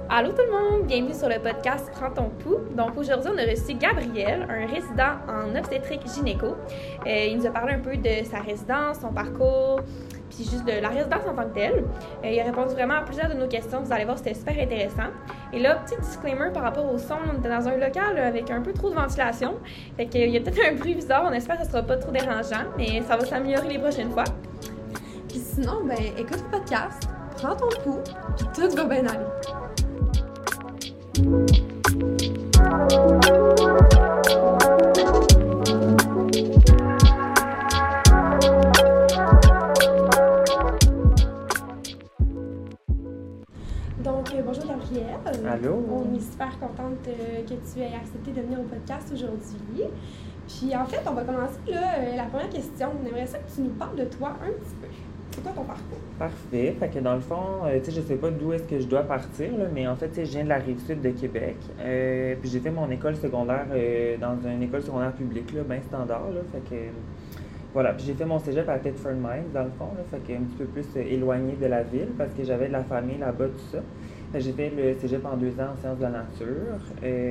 Allô tout le monde, bienvenue sur le podcast Prends ton pouls. Donc aujourd'hui, on a reçu Gabriel, un résident en obstétrique gynéco. Il nous a parlé un peu de sa résidence, son parcours, puis juste de la résidence en tant que telle. Il a répondu vraiment à plusieurs de nos questions, vous allez voir, c'était super intéressant. Et là, petit disclaimer par rapport au son, on était dans un local avec un peu trop de ventilation. Fait qu'il y a peut-être un bruit bizarre, on espère que ça sera pas trop dérangeant, mais ça va s'améliorer les prochaines fois. Puis sinon, écoute le podcast, prends ton pouls, puis tout va bien aller. Donc, bonjour Gabriel. Allô? On est super contente que tu aies accepté de venir au podcast aujourd'hui. Puis en fait, on va commencer la première question. On aimerait ça que tu nous parles de toi un petit peu. C'est quoi ton parcours? Parfait. Fait que dans le fond, je sais pas d'où est-ce que je dois partir, là, mais en fait, je viens de la Rive-Sud de Québec. Puis j'ai fait mon école secondaire dans une école secondaire publique, là, bien standard, là. Fait que voilà. Puis j'ai fait mon cégep à Thetford Mines, dans le fond, là. Fait que un petit peu plus éloigné de la ville parce que j'avais de la famille là-bas, tout ça. Fait que j'ai fait le cégep en 2 ans en sciences de la nature.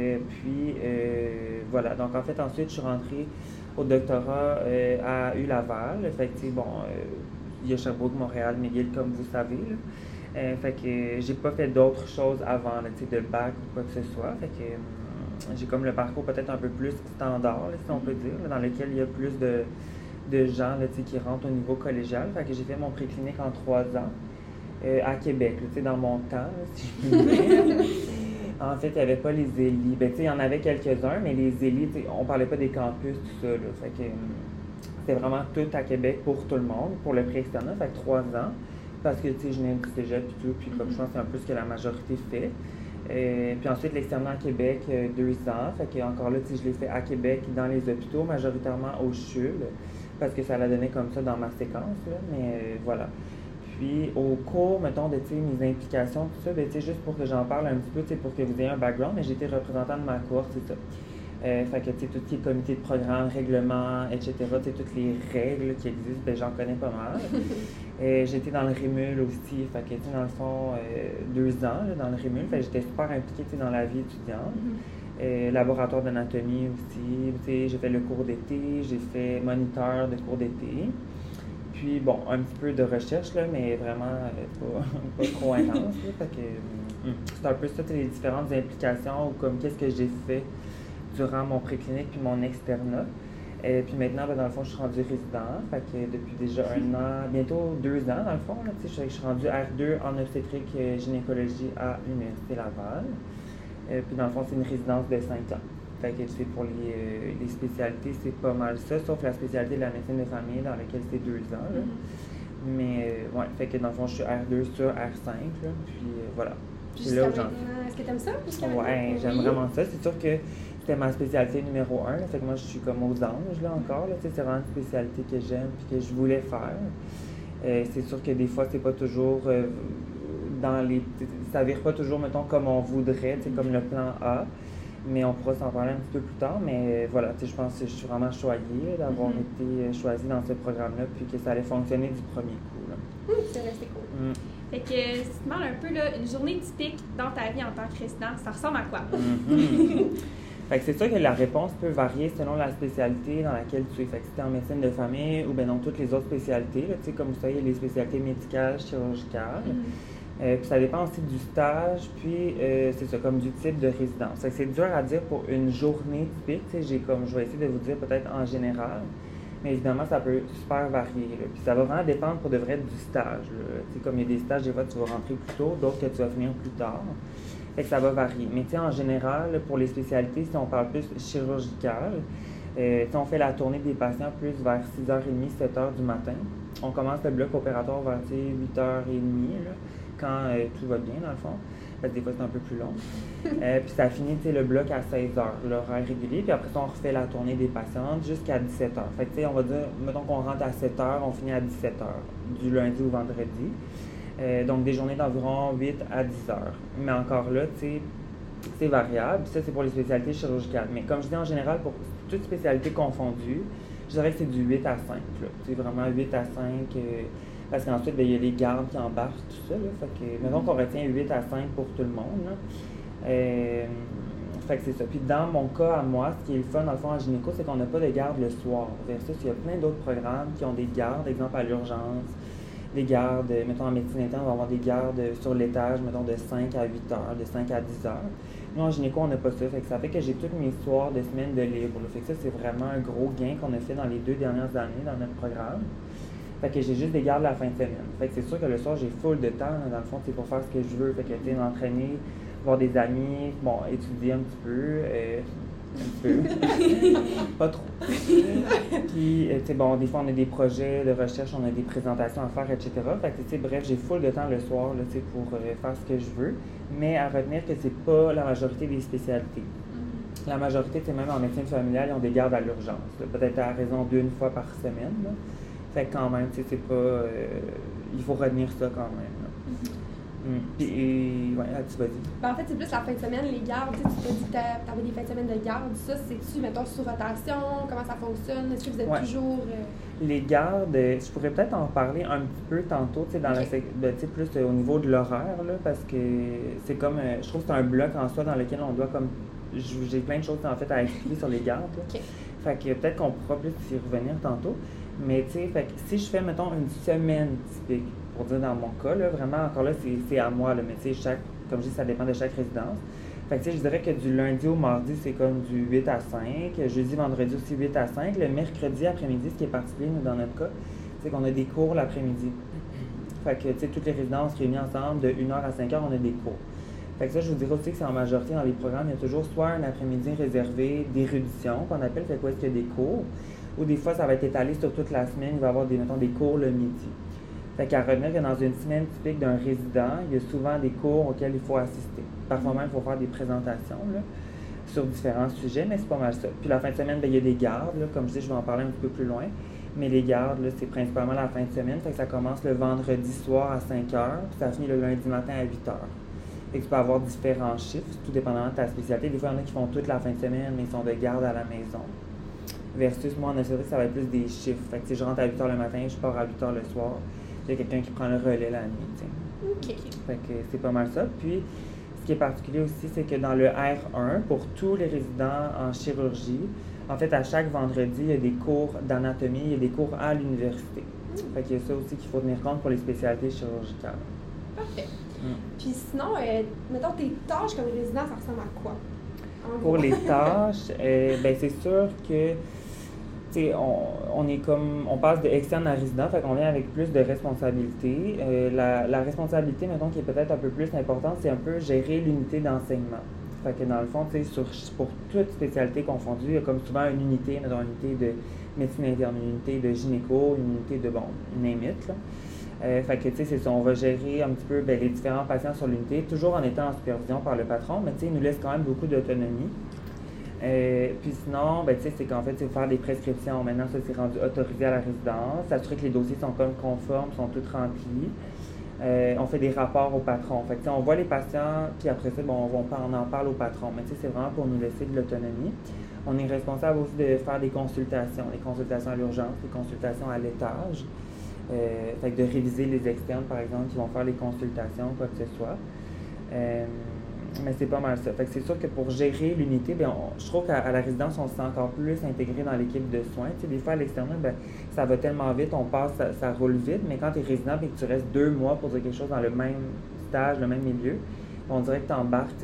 Voilà. Donc en fait, ensuite, je suis rentrée au doctorat à U-Laval. Fait que, il y a Sherbrooke, Montréal, McGill, comme vous savez. Là. Fait que j'ai pas fait d'autres choses avant, là, de bac ou quoi que ce soit. Fait que j'ai comme le parcours peut-être un peu plus standard, là, si on peut dire, là, dans lequel il y a plus de gens là, qui rentrent au niveau collégial. Fait que j'ai fait mon préclinique en 3 ans à Québec, là, dans mon temps, là, si je puis dire. En fait, il n'y avait pas les élis. Il y en avait quelques-uns, mais les élis, on parlait pas des campus, tout ça. Là. Fait que c'était vraiment tout à Québec pour tout le monde, pour le pré-externat, fait que 3 ans, parce que, je venais du cégep et tout, puis comme je pense que c'est un peu ce que la majorité fait. Puis ensuite, l'externat à Québec, 2 ans, fait que encore là, je l'ai fait à Québec, dans les hôpitaux, majoritairement au CHUL, parce que ça l'a donné comme ça dans ma séquence, là, mais voilà. Puis au cours, mettons, de mes implications, tout ça, juste pour que j'en parle un petit peu, pour que vous ayez un background, mais j'étais représentant de ma cour, c'est ça. Fait que, tout ce qui est comité de programme, règlement, etc., toutes les règles qui existent, j'en connais pas mal. J'étais dans le REMUL aussi, fait que, dans le fond, 2 ans là, dans le REMUL, fait que j'étais super impliquée dans la vie étudiante. Laboratoire d'anatomie aussi, j'ai fait le cours d'été, j'ai fait moniteur de cours d'été. Puis, bon, un petit peu de recherche, là, mais vraiment pas trop intense. Là, fait que c'est un peu ça, les différentes implications, ou comme qu'est-ce que j'ai fait durant mon préclinique puis mon externat. Puis maintenant, dans le fond, je suis rendue résident. Fait que depuis déjà 1 an, bientôt 2 ans, dans le fond, là, je suis rendue R2 en obstétrique gynécologie à l'Université Laval. Puis dans le fond, c'est une résidence de 5 ans. Fait que pour les spécialités, c'est pas mal ça, sauf la spécialité de la médecine de famille dans laquelle c'est 2 ans. Là. Mais ouais, fait que dans le fond, je suis R2 sur R5. Là, puis voilà. Jusqu'à maintenant, est-ce que tu aimes ça? Ouais, j'aime vraiment ça. C'est sûr que c'était ma spécialité numéro 1. Là, fait que moi, je suis comme aux anges là, encore. Là, c'est vraiment une spécialité que j'aime et que je voulais faire. C'est sûr que des fois, c'est pas toujours ça vire pas toujours, mettons, comme on voudrait, comme le plan A. Mais on pourra s'en parler un petit peu plus tard. Mais voilà, je pense que je suis vraiment choyée d'avoir été choisie dans ce programme-là, puis que ça allait fonctionner du premier coup. Là. C'est resté cool. Fait que si tu te demandes un peu, là, une journée typique dans ta vie en tant que résident, ça ressemble à quoi? Fait que c'est sûr que la réponse peut varier selon la spécialité dans laquelle tu es. Fait que si tu es en médecine de famille ou bien dans toutes les autres spécialités, là, comme vous savez, il y a les spécialités médicales, chirurgicales. Puis ça dépend aussi du stage, puis c'est ça, comme du type de résidence. Fait que c'est dur à dire pour une journée typique. Je vais essayer de vous dire peut-être en général, mais évidemment, ça peut super varier. Là. Puis ça va vraiment dépendre pour de vrai du stage. Comme il y a des stages, des fois, tu vas rentrer plus tôt, d'autres que tu vas finir plus tard. Fait que ça va varier. Mais en général, pour les spécialités, si on parle plus chirurgicales, on fait la tournée des patients plus vers 6h30, 7h du matin. On commence le bloc opératoire vers 8h30, là, quand tout va bien, dans le fond. Parce que des fois, c'est un peu plus long. Puis ça finit le bloc à 16h, l'horaire régulier. Puis après ça, on refait la tournée des patientes jusqu'à 17h. Fait que, on va dire, mettons qu'on rentre à 7h, on finit à 17h, du lundi au vendredi. Donc, des journées d'environ 8 à 10 heures. Mais encore là, c'est variable. Puis ça, c'est pour les spécialités chirurgicales. Mais comme je dis en général, pour toutes spécialités confondues, je dirais que c'est du 8 à 5. C'est vraiment 8 à 5 Parce qu'ensuite, il y a les gardes qui embarquent, tout ça. Là, fait que, mettons qu'on retient 8 à 5 pour tout le monde. Là. Fait que c'est ça. Puis dans mon cas à moi, ce qui est le fun, dans le fond, en gynéco, c'est qu'on n'a pas de garde le soir. Versus, il y a plein d'autres programmes qui ont des gardes, exemple à l'urgence, des gardes, mettons en médecine interne, on va avoir des gardes sur l'étage, mettons de 5 à 8 heures, de 5 à 10 heures. Nous, en gynéco, on n'a pas ça. Fait que ça fait que j'ai tous mes soirs de semaine de libre. Là. Fait que ça, c'est vraiment un gros gain qu'on a fait dans les 2 dernières années dans notre programme. Fait que j'ai juste des gardes la fin de semaine. Fait que c'est sûr que le soir, j'ai full de temps, là, dans le fond, c'est pour faire ce que je veux. Fait que, tu sais, m'entraîner, voir des amis, bon, étudier un petit peu, pas trop. Puis, tu sais, bon, des fois, on a des projets de recherche, on a des présentations à faire, etc. Fait que, tu sais, bref, j'ai full de temps le soir, là, tu sais, pour faire ce que je veux. Mais à retenir que c'est pas la majorité des spécialités. La majorité, tu sais, même en médecine familiale, ils ont des gardes à l'urgence. Peut-être à raison d'1 fois par semaine, là. Fait que quand même, tu sais, c'est pas... il faut retenir ça quand même, là. Puis, ouais, tu vas dire. Ben, en fait, c'est plus la fin de semaine, les gardes. Tu t'as dit que tu avais des fins de semaine de garde. Ça, c'est-tu, mettons, sous rotation? Comment ça fonctionne? Est-ce que vous êtes toujours. Les gardes, je pourrais peut-être en parler un petit peu tantôt, tu sais, dans plus au niveau de l'horaire, là, parce que c'est comme. Je trouve que c'est un bloc en soi dans lequel on doit, comme. J'ai plein de choses, en fait, à expliquer sur les gardes. Là. Fait que peut-être qu'on pourra plus y revenir tantôt. Mais, tu sais, si je fais, mettons, une semaine typique, pour dire dans mon cas, là, vraiment, encore là, c'est à moi, là, mais tu sais, comme je dis, ça dépend de chaque résidence. Fait que, tu sais, je dirais que du lundi au mardi, c'est comme du 8 à 5. Jeudi, vendredi aussi 8 à 5. Le mercredi après-midi, ce qui est particulier, nous, dans notre cas, c'est qu'on a des cours l'après-midi. Fait que, tu sais, toutes les résidences réunies ensemble, de 1h à 5h, on a des cours. Fait que ça, je vous dirais aussi que c'est en majorité dans les programmes, il y a toujours soit un après-midi réservé d'érudition, qu'on appelle, fait quoi, est-ce qu'il y a des cours, ou des fois, ça va être étalé sur toute la semaine, il va y avoir des cours le midi. Fait qu'à retenir que dans une semaine typique d'un résident, il y a souvent des cours auxquels il faut assister. Parfois même, il faut faire des présentations là, sur différents sujets, mais c'est pas mal ça. Puis la fin de semaine, bien, il y a des gardes, là, comme je dis, je vais en parler un petit peu plus loin. Mais les gardes, là, c'est principalement la fin de semaine, fait que ça commence le vendredi soir à 5h, puis ça finit le lundi matin à 8h. Fait que tu peux avoir différents chiffres, tout dépendamment de ta spécialité. Des fois, il y en a qui font toute la fin de semaine, mais ils sont de garde à la maison. Versus, moi, en obstétrique, ça va être plus des chiffres. Fait que si je rentre à 8h le matin, je pars à 8h le soir. Il y a quelqu'un qui prend le relais la nuit, tu sais. OK. Fait que c'est pas mal ça. Puis, ce qui est particulier aussi, c'est que dans le R1, pour tous les résidents en chirurgie, en fait, à chaque vendredi, il y a des cours d'anatomie, il y a des cours à l'université. Fait qu'il y a ça aussi qu'il faut tenir compte pour les spécialités chirurgicales. Parfait. Puis sinon, mettons, tes tâches comme résident, ça ressemble à quoi? Pour les tâches, ben c'est sûr que on passe de externe à résident, fait qu'on vient avec plus de responsabilités. La responsabilité, mettons, qui est peut-être un peu plus importante, c'est un peu gérer l'unité d'enseignement. Fait que dans le fond, pour toute spécialité confondue, il y a comme souvent une unité, mettons, une unité de médecine interne, une unité de gynéco, une unité de, name it, là. Fait que, tu sais, c'est ça, on va gérer un petit peu les différents patients sur l'unité, toujours en étant en supervision par le patron, mais tu sais, il nous laisse quand même beaucoup d'autonomie. Puis sinon, tu sais, c'est qu'en fait, c'est faire des prescriptions. Maintenant, ça, c'est rendu autorisé à la résidence, s'assurer que les dossiers sont comme conformes, sont tous remplis. On fait des rapports au patron. Fait que, tu sais, on voit les patients, puis après ça, on en parle au patron. Mais tu sais, c'est vraiment pour nous laisser de l'autonomie. On est responsable aussi de faire des consultations à l'urgence, les consultations à l'étage. Fait que de réviser les externes, par exemple, qui vont faire les consultations, quoi que ce soit. Mais c'est pas mal ça. Fait que c'est sûr que pour gérer l'unité, je trouve qu'à la résidence, on se sent encore plus intégré dans l'équipe de soins. Tu sais, des fois, à l'extérieur, ça va tellement vite, on passe, ça roule vite, mais quand tu es résident et que tu restes 2 mois pour dire quelque chose dans le même stage, le même milieu, on dirait que tu embarques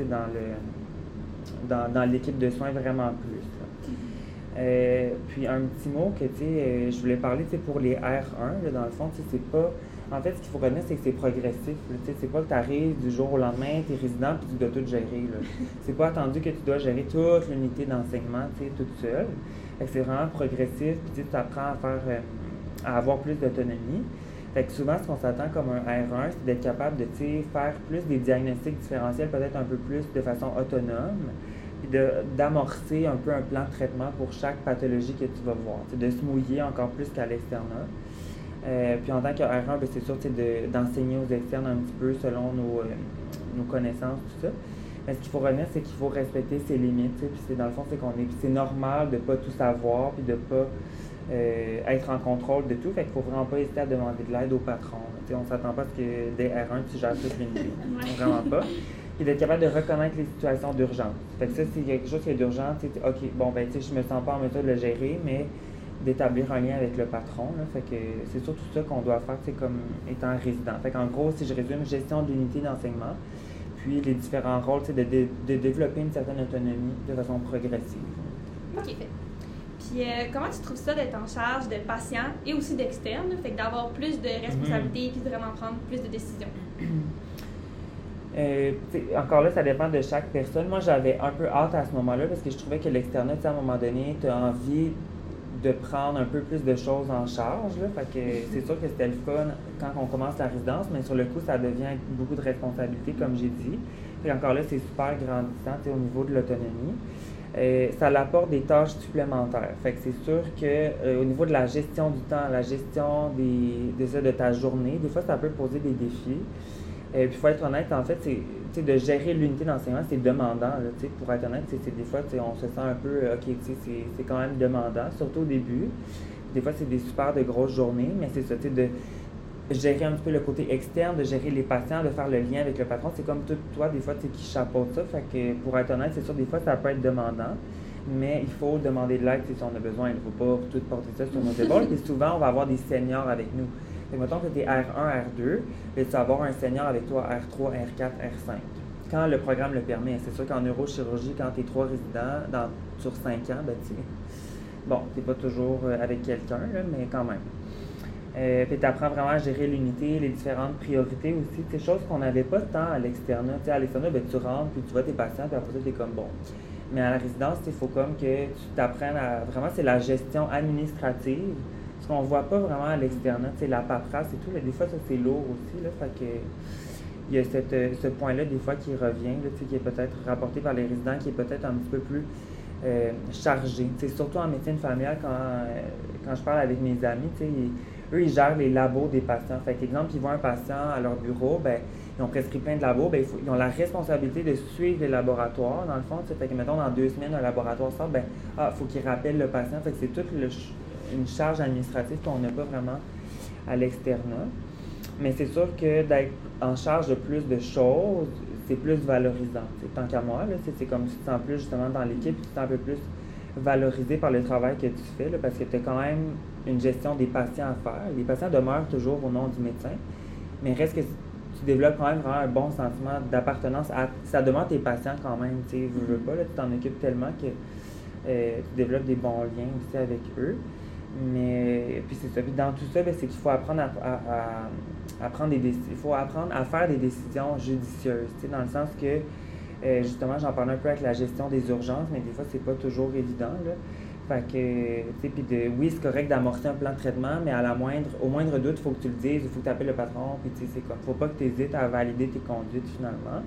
dans l'équipe de soins vraiment plus. Puis un petit mot que je voulais parler pour les R1, là, dans le fond, c'est pas. En fait, ce qu'il faut retenir, c'est que c'est progressif. C'est pas que tu arrives du jour au lendemain, tu es résident puis tu dois tout gérer. C'est pas attendu que tu dois gérer toute l'unité d'enseignement toute seule. Fait que c'est vraiment progressif, puis tu apprends à avoir plus d'autonomie. Fait que souvent, ce qu'on s'attend comme un R1, c'est d'être capable de faire plus des diagnostics différentiels, peut-être un peu plus de façon autonome, puis d'amorcer un peu un plan de traitement pour chaque pathologie que tu vas voir, de se mouiller encore plus qu'à l'externat. Puis en tant que R1, c'est sûr d'enseigner aux externes un petit peu selon nos connaissances, tout ça. Mais ce qu'il faut retenir, c'est qu'il faut respecter ses limites. Puis dans le fond, c'est normal de ne pas tout savoir, puis de ne pas être en contrôle de tout. Fait qu'il ne faut vraiment pas hésiter à demander de l'aide au patron. On ne s'attend pas à ce que dès R1, tu gères toute l'unité. Vraiment pas. Puis d'être capable de reconnaître les situations d'urgence. Fait que ça, c'est quelque chose qui est d'urgence. OK, bon, ben, tu sais, je me sens pas en mesure de le gérer, mais d'établir un lien avec le patron. Là, fait que c'est surtout ça qu'on doit faire, comme étant résident. Fait qu'en gros, si je résume, gestion de l'unité d'enseignement, puis les différents rôles, de développer une certaine autonomie de façon progressive. OK. Puis comment tu trouves ça d'être en charge de patients et aussi d'externes, fait que d'avoir plus de responsabilités puis de vraiment prendre plus de décisions? Encore là, ça dépend de chaque personne. Moi, j'avais un peu hâte à ce moment-là parce que je trouvais que l'externat, à un moment donné, tu as envie de prendre un peu plus de choses en charge. Là. Fait que c'est sûr que c'était le fun quand on commence la résidence, mais sur le coup, ça devient beaucoup de responsabilités, comme j'ai dit. Et encore là, c'est super grandissant au niveau de l'autonomie. Ça apporte des tâches supplémentaires. Fait que c'est sûr que au niveau de la gestion du temps, la gestion de ta journée, des fois, ça peut poser des défis. Puis il faut être honnête, en fait, c'est de gérer l'unité d'enseignement, c'est demandant. Là, pour être honnête, des fois, on se sent un peu, OK, c'est quand même demandant, surtout au début. Des fois, c'est des super de grosses journées, mais c'est ça, de gérer un petit peu le côté externe, de gérer les patients, de faire le lien avec le patron. C'est comme toi, des fois, qui chapeaute ça. Fait que pour être honnête, c'est sûr, des fois, ça peut être demandant, mais il faut demander de l'aide si on a besoin. Il ne faut pas tout porter ça sur nos épaules. Et souvent, on va avoir des seniors avec nous. Fait que mettons que tu es R1, R2, et tu vas avoir un senior avec toi R3, R4, R5. Quand le programme le permet. C'est sûr qu'en neurochirurgie, quand tu es 3 résidents sur 5 ans, ben tu n'es pas toujours avec quelqu'un, mais quand même. Puis tu apprends vraiment à gérer l'unité, les différentes priorités aussi. C'est choses qu'on n'avait pas tant à l'externat. À l'externat, ben, tu rentres, puis tu vois tes patients, puis après ça, tu es comme bon. Mais à la résidence, il faut comme que tu t'apprennes à... Vraiment, c'est la gestion administrative. Ce qu'on ne voit pas vraiment à l'externat, la paperasse et tout. Là, des fois, ça, c'est lourd aussi. Là, fait que, il y a ce point-là, des fois, qui revient, là, qui est peut-être rapporté par les résidents, qui est peut-être un petit peu plus chargé. Surtout en médecine familiale, quand je parle avec mes amis, eux, ils gèrent les labos des patients. Fait qu'exemple, ils voient un patient à leur bureau, ben, ils ont prescrit plein de labos, ben, ils ont la responsabilité de suivre les laboratoires, dans le fond. Fait que, mettons, dans 2 semaines, un laboratoire sort, ben, faut qu'ils rappellent le patient. Fait que c'est toute une charge administrative qu'on n'a pas vraiment à l'externat. Mais c'est sûr que d'être en charge de plus de choses, c'est plus valorisant. Tant qu'à moi, là, c'est comme tu te sens plus justement dans l'équipe, tu te sens un peu plus valorisé par le travail que tu fais, là, parce que tu as quand même une gestion des patients à faire. Les patients demeurent toujours au nom du médecin, mais reste que tu développes quand même vraiment un bon sentiment d'appartenance. Ça demeure tes patients quand même, tu veux pas, là, tu t'en occupes tellement que tu développes des bons liens aussi avec eux. Mais puis c'est ça. Puis dans tout ça, c'est qu'il faut apprendre à prendre il faut apprendre à faire des décisions judicieuses. Dans le sens que justement, j'en parlais un peu avec la gestion des urgences, mais des fois, c'est pas toujours évident. Là. Fait que, puis oui, c'est correct d'amorcer un plan de traitement, mais au moindre doute, il faut que tu le dises, il faut que tu appelles le patron, puis c'est comme, faut pas que tu hésites à valider tes conduites finalement.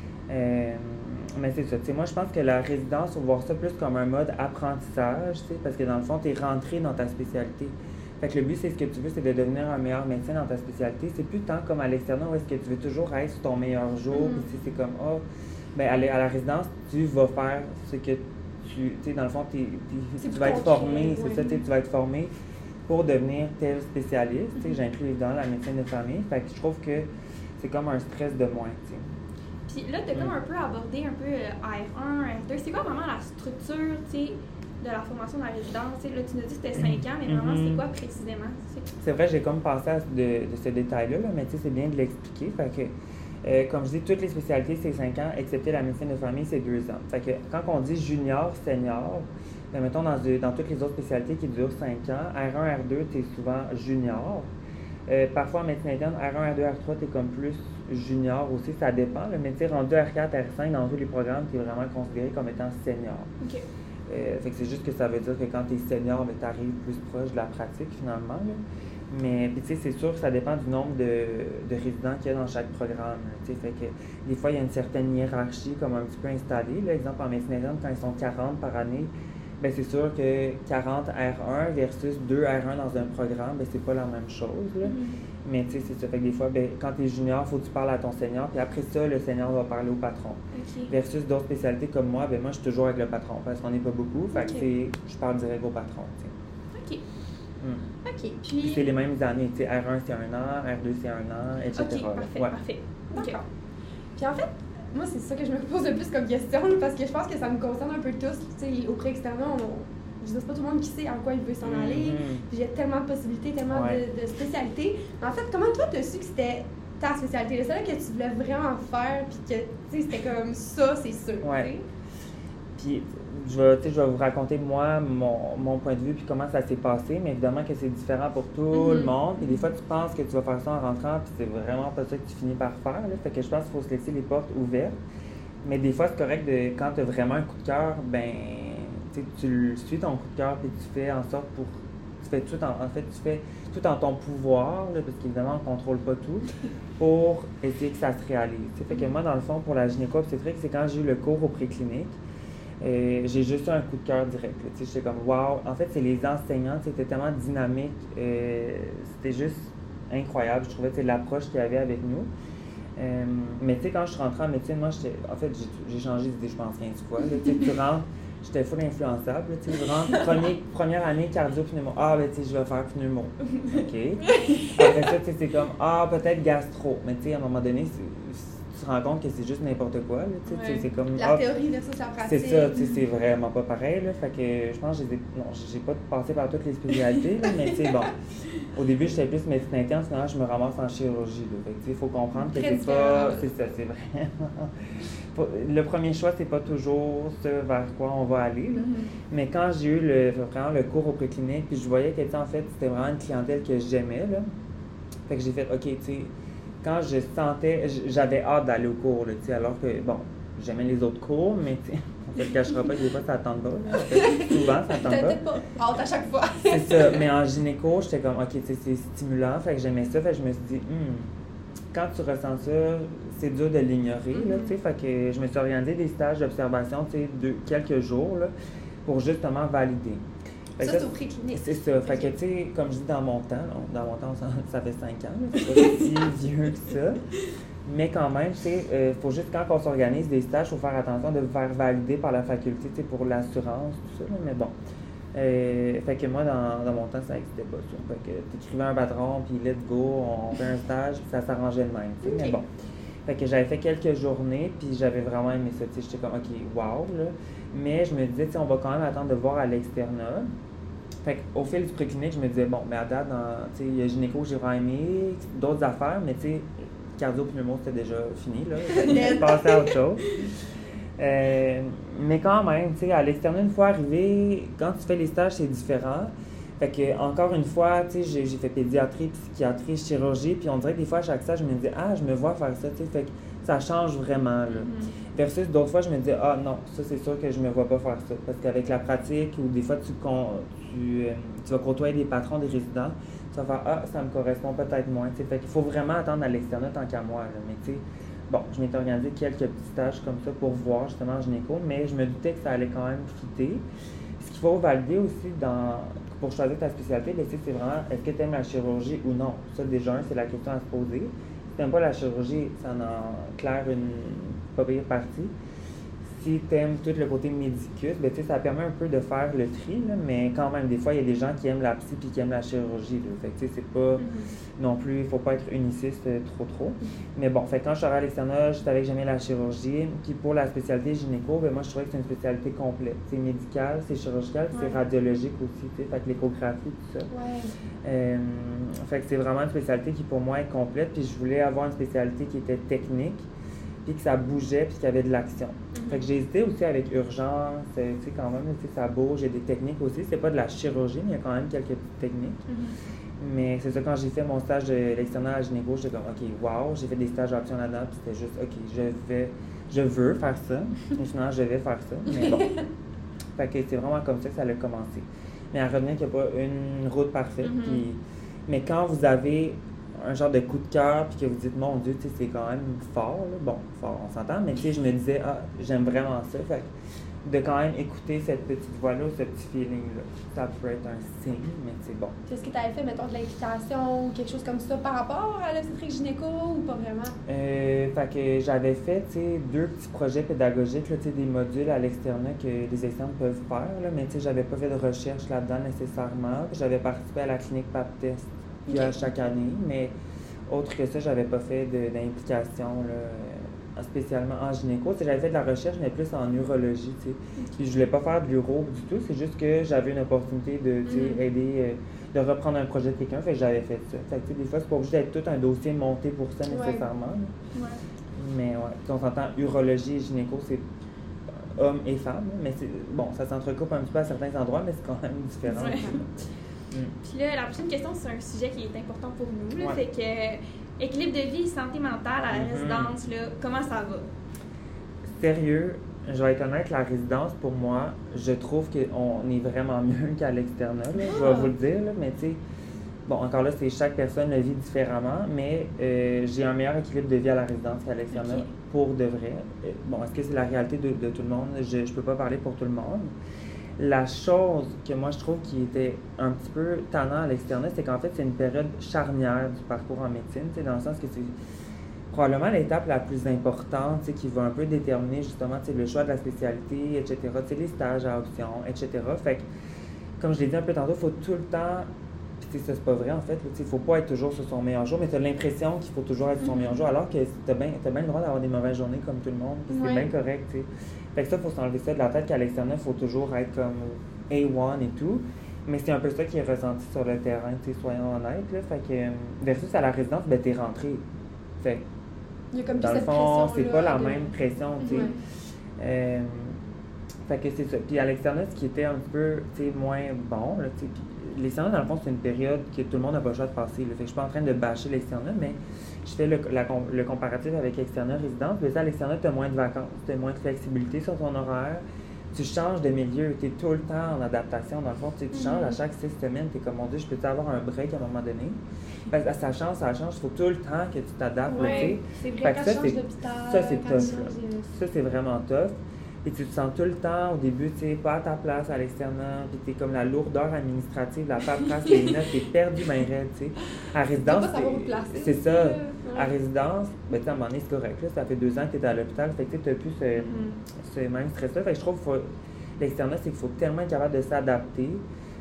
Mais c'est ça. Moi, je pense que la résidence, il faut voir ça plus comme un mode apprentissage, parce que dans le fond, tu es rentré dans ta spécialité. Fait que le but, c'est ce que tu veux, c'est de devenir un meilleur médecin dans ta spécialité. C'est plus tant comme à l'externat où est-ce que tu veux toujours être sur ton meilleur jour, puis c'est comme, à la résidence, tu vas faire ce que tu sais, dans le fond, tu vas être formé, c'est ça, tu vas être formé pour devenir tel spécialiste. J'inclus évidemment la médecine de famille. Fait que je trouve que c'est comme un stress de moins, Puis là, tu as comme un peu abordé un peu R1, R2. C'est quoi vraiment la structure, de la formation de la résidence? Là, tu nous dis que c'était 5 ans, mais vraiment, c'est quoi précisément? C'est vrai, j'ai comme pensé de ce détail-là, mais c'est bien de l'expliquer. Fait que, comme je dis, toutes les spécialités, c'est 5 ans, excepté la médecine de famille, c'est 2 ans. Fait que quand on dit junior, senior, ben, mettons dans toutes les autres spécialités qui durent 5 ans, R1, R2, tu es souvent junior. Parfois, en médecine interne, R1, R2, R3, tu es comme plus junior aussi, ça dépend. Mais tu sais, rendu R4, R5, dans tous les programmes, tu es vraiment considéré comme étant senior. OK. Fait que c'est juste que ça veut dire que quand tu es senior, tu arrives plus proche de la pratique finalement. Là. Mais tu sais, c'est sûr que ça dépend du nombre de résidents qu'il y a dans chaque programme. Fait que des fois, il y a une certaine hiérarchie comme un petit peu installée. Là. Exemple, en médecine interne, quand ils sont 40 par année, ben c'est sûr que 40 R1 versus 2 R1 dans un programme, ben c'est pas la même chose. Là. Mais tu sais, c'est ça. Fait que des fois, ben, quand tu es junior, il faut que tu parles à ton senior, puis après ça, le senior va parler au patron. Okay. Versus d'autres spécialités comme moi, ben moi, je suis toujours avec le patron, parce qu'on n'est pas beaucoup. Fait que je parle direct au patron. T'sais. OK. OK. Puis c'est les mêmes années, tu sais, R1 c'est 1 an, R2 c'est 1 an, etc. OK, parfait, Ouais. parfait. D'accord. Puis en fait, moi, c'est ça que je me pose le plus comme question, là, parce que je pense que ça me concerne un peu tous. Tu sais, au pré-externat, je dis, c'est pas tout le monde qui sait en quoi il veut s'en aller. Puis il y a tellement de possibilités, tellement de spécialités. En fait, comment toi, tu as su que c'était ta spécialité? C'est là que tu voulais vraiment faire, puis que, tu sais, c'était comme ça, c'est sûr. Ouais. Puis, je vais vous raconter, moi, mon point de vue, puis comment ça s'est passé, mais évidemment que c'est différent pour tout le monde. Puis des fois, tu penses que tu vas faire ça en rentrant, puis c'est vraiment pas ça que tu finis par faire. Là. Fait que je pense qu'il faut se laisser les portes ouvertes. Mais des fois, c'est correct quand tu as vraiment un coup de cœur, ben, tu suis ton coup de cœur, puis tu fais en sorte pour. Tu fais tout en ton pouvoir, là, parce qu'évidemment, on ne contrôle pas tout, pour essayer que ça se réalise. Fait que moi, dans le fond, pour la gynéco-obstétrique, c'est quand j'ai eu le cours au préclinique. J'ai juste eu un coup de cœur direct. J'étais comme wow. En fait, c'est les enseignants, c'était tellement dynamique. C'était juste incroyable. Je trouvais l'approche qu'il y avait avec nous. Mais tu sais, quand je suis rentrée en médecine, moi, j'ai changé d'idée, je pense, 15 fois. Là, tu rentres, j'étais full influençable. Je rentre, première année, cardio-pneumo. Ah, ben, tu sais, je vais faire pneumo. OK. Après ça, c'est comme, peut-être gastro. Mais tu sais, à un moment donné, tu te rends compte que c'est juste n'importe quoi. Là, c'est comme, la théorie versus la pratique. C'est ça, c'est vraiment pas pareil. Là, fait que je pense que j'ai pas passé par toutes les spécialités, là, mais tu sais, bon. Au début, j'étais plus médecine interne, finalement, je me ramasse en chirurgie. Là, fait que il faut comprendre que c'est pas. C'est ça, c'est vraiment. Le premier choix, c'est pas toujours ce vers quoi on va aller. Là. Mais quand j'ai eu vraiment le cours au préclinique, puis je voyais que, en fait, c'était vraiment une clientèle que j'aimais, là. Fait que j'ai fait, OK, tu sais. Quand je sentais, j'avais hâte d'aller au cours, là, alors que, bon, j'aimais les autres cours, mais on ne se le cachera pas que des fois, ça ne tente pas. Là. Souvent, ça ne tente peut-être pas hâte à chaque fois. C'est ça, mais en gynéco, j'étais comme, OK, c'est stimulant, fait que j'aimais ça, fait que je me suis dit, quand tu ressens ça, c'est dur de l'ignorer, là, tu sais, fait que je me suis organisé des stages d'observation, tu sais, de quelques jours, là, pour justement valider. Ça, c'est au préclinique. C'est ça. Fait que, tu sais, comme je dis dans mon temps, ça fait 5 ans, c'est pas si vieux que ça. Mais quand même, tu sais, faut juste, quand on s'organise des stages, il faut faire attention de faire valider par la faculté, tu sais, pour l'assurance, tout ça, là, mais bon. Fait que moi, dans mon temps, ça n'existait pas, ça. Fait que t'écrivais un patron, puis let's go, on fait un stage, puis ça s'arrangeait de même, tu sais, mais bon. Fait que j'avais fait quelques journées, puis j'avais vraiment aimé ça, tu sais, j'étais comme, OK, wow, là. Mais je me disais, tu sais, on va quand même attendre de voir à l'externat. Fait qu'au fil du préclinique, je me disais, bon, mais à date, tu sais, il y a gynéco, j'ai vraiment aimé, d'autres affaires, mais tu sais, cardio-pneumo, c'était déjà fini, là. Je passais à autre chose. Mais quand même, tu sais, à l'externat, une fois arrivé, quand tu fais les stages, c'est différent. Fait que, encore une fois, tu sais, j'ai fait pédiatrie, psychiatrie, chirurgie, puis on dirait que des fois, à chaque stage, je me disais, je me vois faire ça, tu sais, fait que ça change vraiment, là. Versus d'autres fois, je me disais, non, ça, c'est sûr que je me vois pas faire ça. Parce qu'avec la pratique, ou des fois, tu vas côtoyer des patrons, des résidents, tu vas faire, ça me correspond peut-être moins, tu sais. Fait qu'il faut vraiment attendre à l'externat tant qu'à moi, là. Mais, tu sais, bon, je m'étais organisé quelques petits stages comme ça pour voir, justement, en gynéco, mais je me doutais que ça allait quand même fitter. Ce qu'il faut valider aussi pour choisir ta spécialité, c'est vraiment, est-ce que tu aimes la chirurgie ou non? Ça, déjà, c'est la question à se poser. Si tu n'aimes pas la chirurgie, ça en claire une pas pire partie. Si tu aimes tout le côté médicus, ben, ça permet un peu de faire le tri, là, mais quand même, des fois, il y a des gens qui aiment la psy et qui aiment la chirurgie. Là. Fait que c'est pas non plus, il ne faut pas être uniciste trop. Mais bon, fait quand je suis arrivée à l'externat, je savais que j'aimais la chirurgie. Puis pour la spécialité gynéco, ben, moi, je trouvais que c'est une spécialité complète. C'est médical, c'est chirurgical, c'est radiologique aussi, fait que l'échographie, tout ça. Fait que c'est vraiment une spécialité qui, pour moi, est complète. Puis je voulais avoir une spécialité qui était technique, puis que ça bougeait, puis qu'il y avait de l'action. Fait que j'ai hésité aussi avec urgence, tu sais, quand même, tu sais, ça bouge, il y a des techniques aussi. C'est pas de la chirurgie, mais il y a quand même quelques petites techniques. Mais c'est ça, quand j'ai fait mon stage de l'externat à gynéco, j'étais comme, OK, wow, j'ai fait des stages d'option là-dedans, puis c'était juste, OK, je veux faire ça. Et finalement, je vais faire ça. Mais bon. Fait que c'est vraiment comme ça que ça a commencé. Mais à retenir qu'il n'y a pas une route parfaite. Mais quand vous avez un genre de coup de cœur, puis que vous dites, mon Dieu, tu sais, c'est quand même fort, là. Bon, fort, on s'entend, mais tu sais, je me disais, ah, j'aime vraiment ça. Fait que de quand même écouter cette petite voix-là, ce petit feeling-là, ça peut être un signe, mais c'est bon. Est-ce que tu avais fait, mettons, de l'implication ou quelque chose comme ça par rapport à l'obstétrique gynéco ou pas vraiment? Fait que j'avais fait, tu sais, 2 petits projets pédagogiques, là, tu sais, des modules à l'externat que les externes peuvent faire, là, mais tu sais, j'avais pas fait de recherche là-dedans nécessairement. Puis j'avais participé à la clinique PAP-Test chaque année, mais autre que ça, j'avais pas fait d'implication, là, spécialement en gynéco. Tu sais, j'avais fait de la recherche, mais plus en urologie, tu sais. Puis je voulais pas faire de l'uro du tout, c'est juste que j'avais une opportunité de, tu sais, aider, de reprendre un projet de quelqu'un, fait que j'avais fait ça. Fait que, tu sais, des fois, c'est pas obligé d'être tout un dossier monté pour ça nécessairement. Ouais. Mais ouais, on s'entend urologie et gynéco, c'est hommes et femmes, mais c'est bon, ça s'entrecoupe un petit peu à certains endroits, mais c'est quand même différent. Ouais. Puis là, la prochaine question, c'est un sujet qui est important pour nous. Là, fait que équilibre de vie, santé mentale à la résidence, là, comment ça va? Sérieux, je vais être honnête, la résidence, pour moi, je trouve qu'on est vraiment mieux qu'à l'externat, là, je vais vous le dire, là, mais tu sais, bon, encore là, c'est chaque personne le vit différemment, mais j'ai un meilleur équilibre de vie à la résidence qu'à l'externat, pour de vrai. Bon, est-ce que c'est la réalité de tout le monde? Je ne peux pas parler pour tout le monde. La chose que moi, je trouve qui était un petit peu tannant à l'externat, c'est qu'en fait, c'est une période charnière du parcours en médecine, dans le sens que c'est probablement l'étape la plus importante, qui va un peu déterminer justement le choix de la spécialité, etc., les stages à option, etc. Fait que, comme je l'ai dit un peu tantôt, il faut tout le temps, puis ça c'est pas vrai en fait, il ne faut pas être toujours sur son meilleur jour, mais tu as l'impression qu'il faut toujours être sur son meilleur jour, alors que tu as bien le droit d'avoir des mauvaises journées comme tout le monde, puis c'est bien correct, t'sais. Fait que ça, il faut s'enlever ça de la tête qu'à l'externat, il faut toujours être comme A1 et tout. Mais c'est un peu ça qui est ressenti sur le terrain, soyons honnêtes. Là. Fait que, versus à la résidence, ben, t'es rentré. Fait il y a comme dans le fond, c'est pas la même pression, tu sais. Fait que c'est ça. Puis à l'externat, ce qui était un peu moins bon, là, puis l'externat, dans le fond, c'est une période que tout le monde n'a pas le choix de passer. Là. Fait que je suis pas en train de bâcher l'externat, mais je fais le comparatif avec externat résidence. Mais ça, à l'externat, tu as moins de vacances, tu as moins de flexibilité sur ton horaire. Tu changes de milieu, tu es tout le temps en adaptation. Dans le fond, tu changes à chaque 6 semaines. Tu es comme, mon Dieu, je peux-tu avoir un break à un moment donné? Parce que ça change. Il faut tout le temps que tu t'adaptes. Ouais, c'est vrai, quand tu changes d'hôpital. Ça, c'est tough. Ça, c'est vraiment tough. Et tu te sens tout le temps, au début, tu sais, pas à ta place à l'externat, puis t'es comme la lourdeur administrative, la paperasse, les notes, t'es perdu, ben raide, tu sais. À résidence, c'est ça. À résidence, ben, tu sais, à un moment donné, c'est correct, là, ça fait 2 ans que t'es à l'hôpital, fait que tu n'as plus ce même stress-là. Fait que je trouve que l'externat, c'est qu'il faut tellement être capable de s'adapter,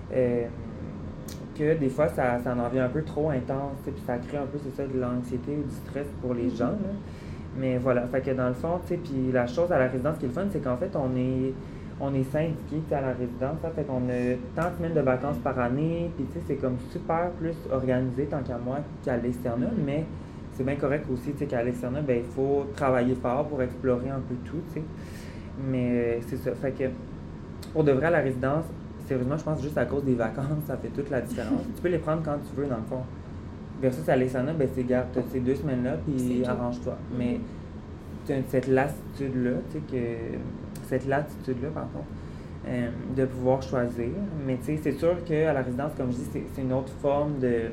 que des fois, ça en devient un peu trop intense, puis ça crée un peu, c'est ça, de l'anxiété ou du stress pour les gens, là. Mais voilà, fait que dans le fond, tu sais, puis la chose à la résidence qui est le fun, c'est qu'en fait, on est syndiqué à la résidence, fait qu'on a tant de semaines de vacances par année, puis tu sais, c'est comme super plus organisé tant qu'à moi qu'à l'externat, mais c'est bien correct aussi, tu sais, qu'à l'externat, ben il faut travailler fort pour explorer un peu tout, tu sais. Mais c'est ça, fait que pour de vrai, à la résidence, sérieusement, je pense juste à cause des vacances, ça fait toute la différence. Tu peux les prendre quand tu veux, dans le fond. Versus à l'externat, ben c'est garde, tu as ces 2 semaines-là, puis arrange-toi. Mais tu as cette lassitude-là, pardon, de pouvoir choisir. Mais tu sais, c'est sûr qu'à la résidence, comme je dis, c'est une autre forme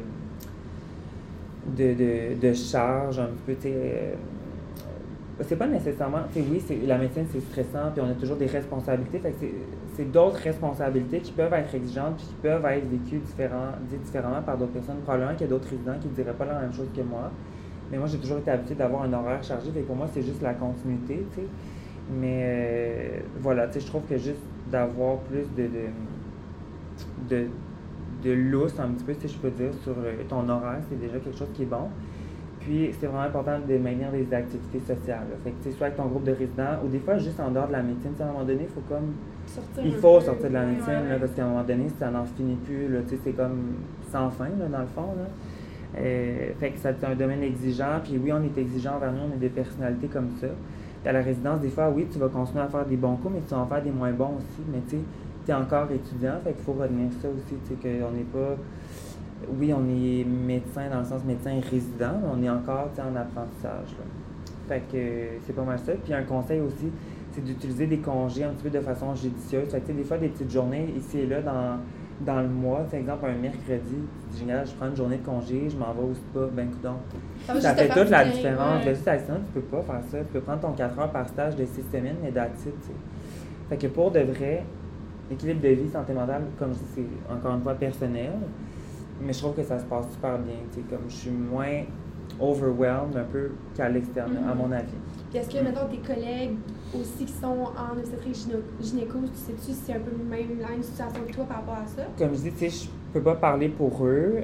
de charge, un peu, tu sais. C'est pas nécessairement, tu sais, oui, la médecine, c'est stressant, puis on a toujours des responsabilités. Fait que c'est d'autres responsabilités qui peuvent être exigeantes, puis qui peuvent être vécues différemment par d'autres personnes. Probablement qu'il y a d'autres résidents qui ne diraient pas la même chose que moi. Mais moi, j'ai toujours été habituée d'avoir un horaire chargé, fait que pour moi, c'est juste la continuité, tu sais. Mais voilà, tu sais, je trouve que juste d'avoir plus de lousse, un petit peu, si je peux dire, sur ton horaire, c'est déjà quelque chose qui est bon. Puis, c'est vraiment important de maintenir des activités sociales. Là. Fait que, tu sais, soit avec ton groupe de résidents, ou des fois, juste en dehors de la médecine, à un moment donné, il faut comme... sortir de la médecine, là, parce qu'à un moment donné, ça n'en finit plus, là, tu sais, c'est comme sans fin, là, dans le fond, là. Fait que c'est un domaine exigeant, puis oui, on est exigeant envers nous, on est des personnalités comme ça. Puis à la résidence, des fois, oui, tu vas continuer à faire des bons coups, mais tu vas en faire des moins bons aussi. Mais tu sais, tu es encore étudiant, fait qu'il faut retenir ça aussi, tu sais, qu'on n'est pas... Oui, on est médecin dans le sens médecin résident, mais on est encore en apprentissage. Là. Fait que c'est pas mal ça. Puis un conseil aussi, c'est d'utiliser des congés un petit peu de façon judicieuse. Fait que des fois, des petites journées ici et là dans le mois, par exemple, un mercredi, tu dis, génial, je prends une journée de congé, je m'en vais au spa, ben coudonc. Ça fait toute la différence. Le juste accident, tu peux pas faire ça. Tu peux prendre ton 4 heures par stage de 6 semaines, mais that's it, tu sais. Fait que pour de vrai, l'équilibre de vie, santé mentale, comme je dis, c'est encore une fois personnel, mais je trouve que ça se passe super bien, tu sais, comme je suis moins overwhelmed un peu qu'à l'extérieur, à mon avis. Puis est-ce que, mettons, tes collègues aussi qui sont en obstétrique gynéco, tu sais-tu si c'est un peu la même situation que toi par rapport à ça? Comme je dis, tu sais, je peux pas parler pour eux.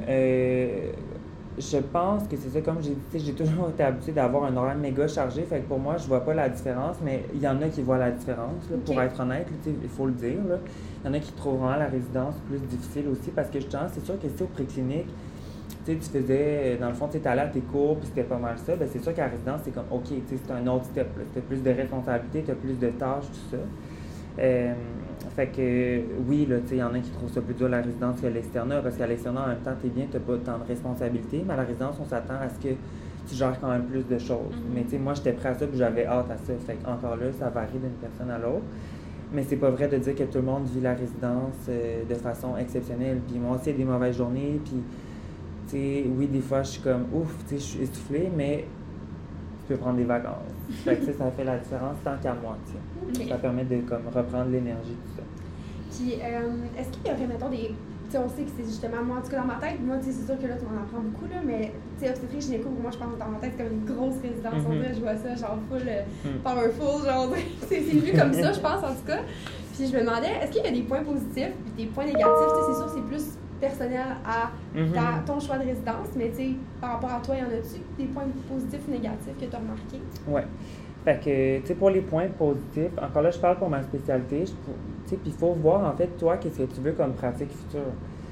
Je pense que c'est ça, comme j'ai dit, j'ai toujours été habituée d'avoir un horaire méga chargé, fait que pour moi, je vois pas la différence, mais il y en a qui voient la différence, là, pour être honnête, là, il faut le dire. Là. Il y en a qui trouvent vraiment la résidence plus difficile aussi, parce que justement, c'est sûr que si au préclinique, tu faisais, dans le fond, tu allais à tes cours, puis c'était pas mal ça, ben c'est sûr qu'à la résidence, c'est comme, OK, c'est un autre step, tu as plus de responsabilités, tu as plus de tâches, tout ça. Fait que, oui, il y en a qui trouvent ça plus dur à la résidence qu'à l'externat, parce qu'à l'externat, en même temps, t'es bien, t'as pas tant de responsabilités, mais à la résidence, on s'attend à ce que tu gères quand même plus de choses. Mais tu sais, moi, j'étais prêt à ça, puis j'avais hâte à ça. Fait encore là, ça varie d'une personne à l'autre. Mais c'est pas vrai de dire que tout le monde vit la résidence de façon exceptionnelle. Puis moi aussi, il y a des mauvaises journées, puis, tu sais, oui, des fois, je suis comme, ouf, tu sais, je suis essoufflée, mais tu peux prendre des vacances. Fait que ça fait la différence tant qu'à moi, tu sais. Ça permet de comme reprendre l'énergie, tout ça. Puis, est-ce qu'il y aurait, mettons, des... Tu sais, on sait que c'est justement, moi, en tout cas, dans ma tête, moi, tu sais, c'est sûr que là, tu m'en apprends beaucoup, là, mais, tu sais, obstétrique gynéco, pour moi, je pense, dans ma tête, c'est comme une grosse résidence. On dirait, je vois ça, genre, full powerful, genre, c'est vu comme ça, je pense, en tout cas. Puis, je me demandais, est-ce qu'il y a des points positifs puis des points négatifs? Tu sais, c'est sûr, c'est plus personnel à ton choix de résidence, mais, tu sais, par rapport à toi, y en a-tu des points positifs ou négatifs que tu as remarqués? Ouais. Fait que, tu sais, pour les points positifs, encore là, je parle pour ma spécialité, tu sais, puis il faut voir, en fait, toi, qu'est-ce que tu veux comme pratique future.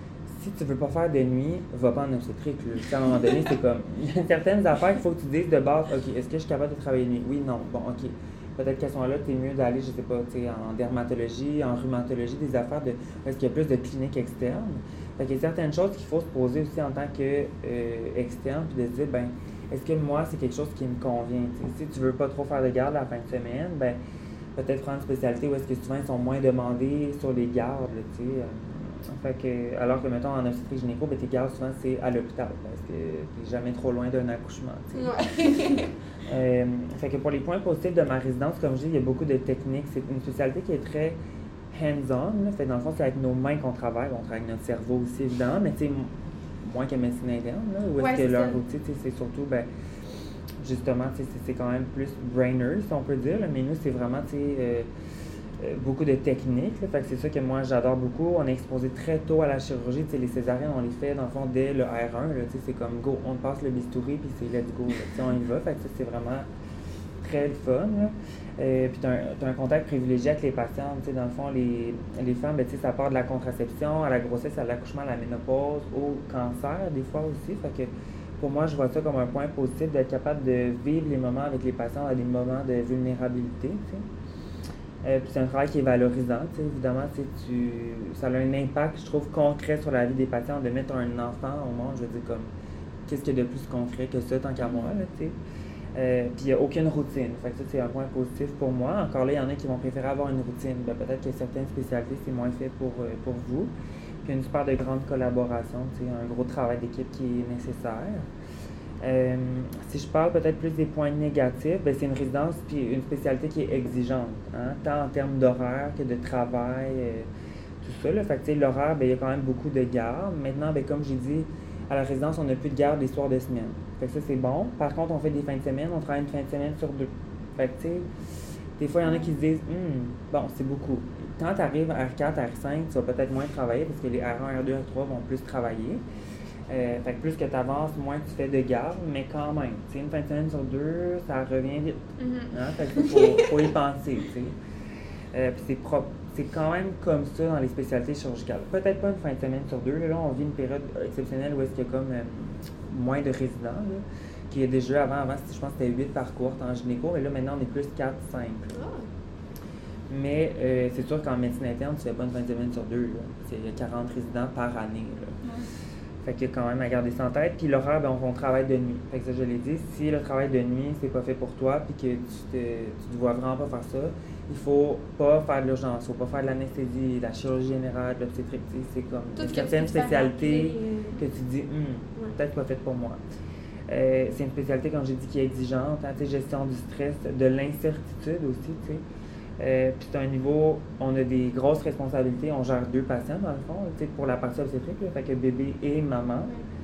Si tu veux pas faire de nuit, va pas en obstétrique, là. À un moment donné, c'est comme, il y a certaines affaires qu'il faut que tu dises de base, OK, est-ce que je suis capable de travailler de nuit? Oui, non, bon, OK. Peut-être qu'à ce moment-là, tu es mieux d'aller, je sais pas, tu sais, en dermatologie, en rhumatologie, des affaires de, parce qu'il y a plus de cliniques externes. Fait qu'il y a certaines choses qu'il faut se poser aussi en tant qu'externe, puis de se dire, ben, est-ce que moi, c'est quelque chose qui me convient? T'sais? Si tu veux pas trop faire de garde la fin de semaine, ben peut-être prendre une spécialité où est-ce que souvent ils sont moins demandés sur les gardes, tu sais. Fait que, alors que, mettons, en obstétrique gynéco, ben, tes gardes, souvent, c'est à l'hôpital, parce que t'es jamais trop loin d'un accouchement, fait que pour les points positifs de ma résidence, comme je dis, il y a beaucoup de techniques. C'est une spécialité qui est très hands-on, là. Fait dans le fond, c'est avec nos mains qu'on travaille. On travaille avec notre cerveau aussi, évidemment, mais tu sais, moins que médecine interne, là, où est-ce que leur outil, c'est surtout, ben, justement, c'est quand même plus brainer, si on peut dire, là, mais nous, c'est vraiment, beaucoup de techniques, là, fait que c'est ça que moi, j'adore beaucoup. On est exposé très tôt à la chirurgie, les césariennes, on les fait, dans le fond, dès le R1, là, c'est comme, go, on passe le bistouri, puis c'est let's go, là, on y va, fait que ça, c'est vraiment très le fun, là. Puis tu as un contact privilégié avec les patientes. Dans le fond, les femmes, ben, ça part de la contraception, à la grossesse, à l'accouchement, à la ménopause, au cancer, des fois aussi. Fait que pour moi, je vois ça comme un point positif d'être capable de vivre les moments avec les patients à des moments de vulnérabilité. Puis c'est un travail qui est valorisant. Évidemment, ça a un impact, je trouve, concret sur la vie des patients. De mettre un enfant au monde, je veux dire, comme, qu'est-ce qu'il y a de plus concret que ça, tant qu'à moi, là, tu sais. Puis il n'y a aucune routine. Fait que ça, c'est un point positif pour moi. Encore là, il y en a qui vont préférer avoir une routine. Ben, peut-être que certaines spécialités, c'est moins fait pour vous. Puis il y a une super de grande collaboration, un gros travail d'équipe qui est nécessaire. Si je parle peut-être plus des points négatifs, ben, c'est une résidence puis une spécialité qui est exigeante, hein, tant en termes d'horaire que de travail, tout ça. Là. Fait que l'horaire, ben, il y a quand même beaucoup de garde. Maintenant, ben, comme j'ai dit, à la résidence, on n'a plus de garde les soirs de semaine. Fait que ça, c'est bon. Par contre, on fait des fins de semaine, on travaille une fin de semaine sur 2. Fait que, tu sais, des fois, il y en a qui se disent, bon, c'est beaucoup. Quand tu arrives à R4, R5, tu vas peut-être moins travailler parce que les R1, R2, R3 vont plus travailler. Fait que plus que tu avances, moins tu fais de garde, mais quand même, tu sais, une fin de semaine sur 2, ça revient vite. Hein? Fait que faut y penser, tu sais. Puis c'est quand même comme ça dans les spécialités chirurgicales. Peut-être pas une fin de semaine sur 2, là, on vit une période exceptionnelle où est-ce qu'il y a comme moins de résidents, là, qui est déjà avant, je pense que c'était 8 par cohorte en gynéco, mais là maintenant on est plus 4, 5. Mais c'est sûr qu'en médecine interne, tu fais pas une fin de semaine sur 2, là. Il y a 40 résidents par année, là. Fait qu'il y a quand même à garder ça en tête. Puis l'horaire, ben, on travaille de nuit. Fait que ça, je l'ai dit, si le travail de nuit, c'est pas fait pour toi, puis que tu te vois vraiment pas faire ça, il faut pas faire de l'urgence, il faut pas faire de l'anesthésie, de la chirurgie générale, de l'obstétrique. C'est comme certaines spécialités que tu dis, peut-être pas faite pour moi. C'est une spécialité, comme j'ai dit, qui est exigeante, hein, gestion du stress, de l'incertitude aussi, tu sais. Puis c'est un niveau, on a des grosses responsabilités, on gère 2 patients dans le fond, pour la partie obstétrique, fait que bébé et maman.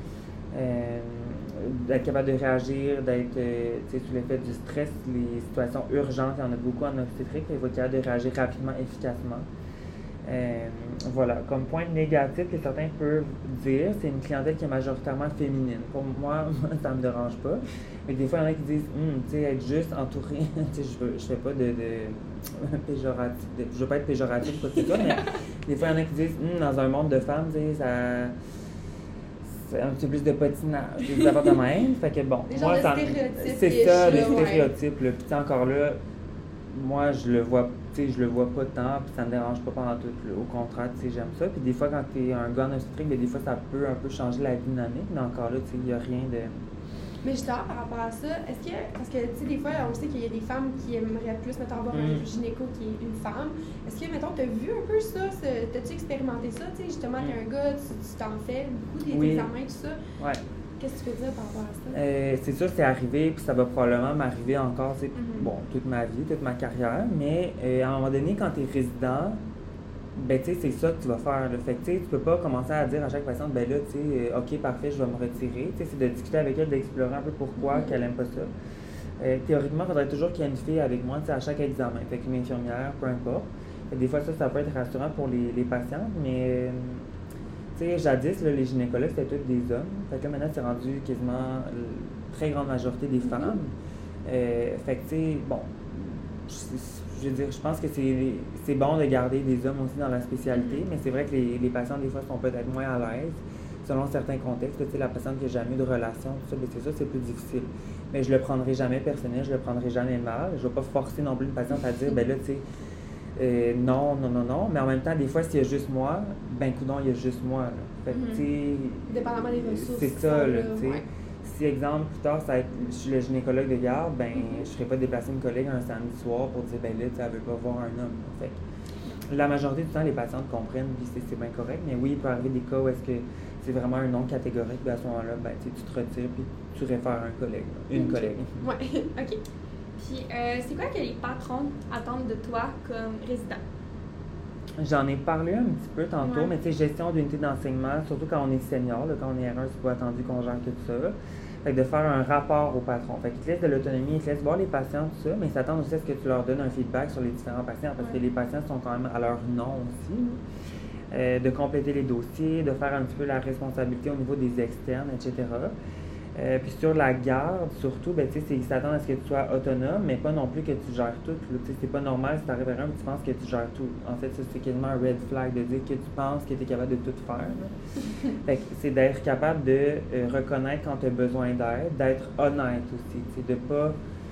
D'être capable de réagir, d'être sous l'effet du stress, les situations urgentes, il y en a beaucoup en obstétrique, il faut être capable de réagir rapidement, efficacement. Voilà, comme point négatif que certains peuvent dire, c'est une clientèle qui est majoritairement féminine. Pour moi, ça me dérange pas. Mais des fois, il y en a qui disent, tu sais, être juste entouré, je fais pas de péjoratif, je veux pas être péjoratif, quoi que ce soit, mais des fois, il y en a qui disent, dans un monde de femmes, tu sais, ça. C'est un petit peu plus de patinage, des affaires de même. Fait que bon, moi, ça. C'est ça, les stéréotypes. Là. Puis encore là, moi, je le vois pas tant, puis ça me dérange pas pendant tout. Là. Au contraire, tu sais, j'aime ça. Puis des fois, quand t'es un gars en obstétrique, des fois, ça peut un peu changer la dynamique. Mais encore là, tu sais, il n'y a rien de. Mais justement, par rapport à ça, est-ce que, parce que, tu sais, des fois, on sait qu'il y a des femmes qui aimeraient plus, mettons, avoir un gynéco qui est une femme. Est-ce que, mettons, t'as vu un peu ça? T'as-tu expérimenté ça? Tu sais, justement, t'es un gars, tu t'en fais beaucoup des examens, tout ça. Ouais. Qu'est-ce que tu peux dire par rapport à ça? C'est sûr, c'est arrivé, puis ça va probablement m'arriver encore, bon, toute ma vie, toute ma carrière. Mais à un moment donné, quand t'es résident, ben, tu sais, c'est ça que tu vas faire. Là. Fait que, tu sais, tu peux pas commencer à dire à chaque patiente, ben là, tu sais, OK, parfait, je vais me retirer. Tu sais, c'est de discuter avec elle, d'explorer un peu pourquoi qu'elle aime pas ça. Théoriquement, il faudrait toujours qu'il y ait une fille avec moi, tu sais, à chaque examen. Fait qu'une infirmière, peu importe. Des fois, ça peut être rassurant pour les patientes, mais, tu sais, jadis, là, les gynécologues, c'était tous des hommes. Fait que là, maintenant, c'est rendu quasiment très grande majorité des femmes. Fait que, tu sais, bon, je veux dire, je pense que c'est bon de garder des hommes aussi dans la spécialité, mais c'est vrai que les patients, des fois, sont peut-être moins à l'aise selon certains contextes. Tu sais, la patiente qui n'a jamais eu de relation, tout ça, bien, c'est ça, c'est plus difficile. Mais je le prendrai jamais personnel, je le prendrai jamais mal. Je ne vais pas forcer non plus une patiente à dire, ben là, tu sais, non. Mais en même temps, des fois, s'il y a juste moi, ben, coudonc, il y a juste moi. Là. Fait que, tu sais. Dépendamment des ressources. C'est ça, là, tu sais. Si, exemple, plus tard, ça va être, je suis le gynécologue de garde, ben, je ne ferai pas déplacer une collègue un samedi soir pour dire, ben là, tu ne veux pas voir un homme. Fait que, la majorité du temps, les patientes comprennent, puis c'est bien correct. Mais oui, il peut arriver des cas où est-ce que c'est vraiment un non catégorique, puis à ce moment-là, ben, tu te retires, puis tu réfères un collègue, une collègue. Oui, OK. Puis, c'est quoi que les patrons attendent de toi comme résident? J'en ai parlé un petit peu tantôt, mais tu sais, gestion d'unité d'enseignement, surtout quand on est senior, là, quand on est R1, c'est pas attendu qu'on gère tout ça. Fait que de faire un rapport au patron. Fait qu'ils te laissent de l'autonomie, ils te laissent voir les patients, tout ça, mais ils s'attendent aussi à ce que tu leur donnes un feedback sur les différents patients, parce que les patients sont quand même à leur nom aussi. De compléter les dossiers, de faire un petit peu la responsabilité au niveau des externes, etc. Puis sur la garde, surtout, ben, ils s'attendent à ce que tu sois autonome, mais pas non plus que tu gères tout. C'est pas normal si tu arrives à un, tu penses que tu gères tout. En fait, ça, c'est quasiment un red flag de dire que tu penses que tu es capable de tout faire. Fait que c'est d'être capable de reconnaître quand tu as besoin d'aide, d'être honnête aussi, de pas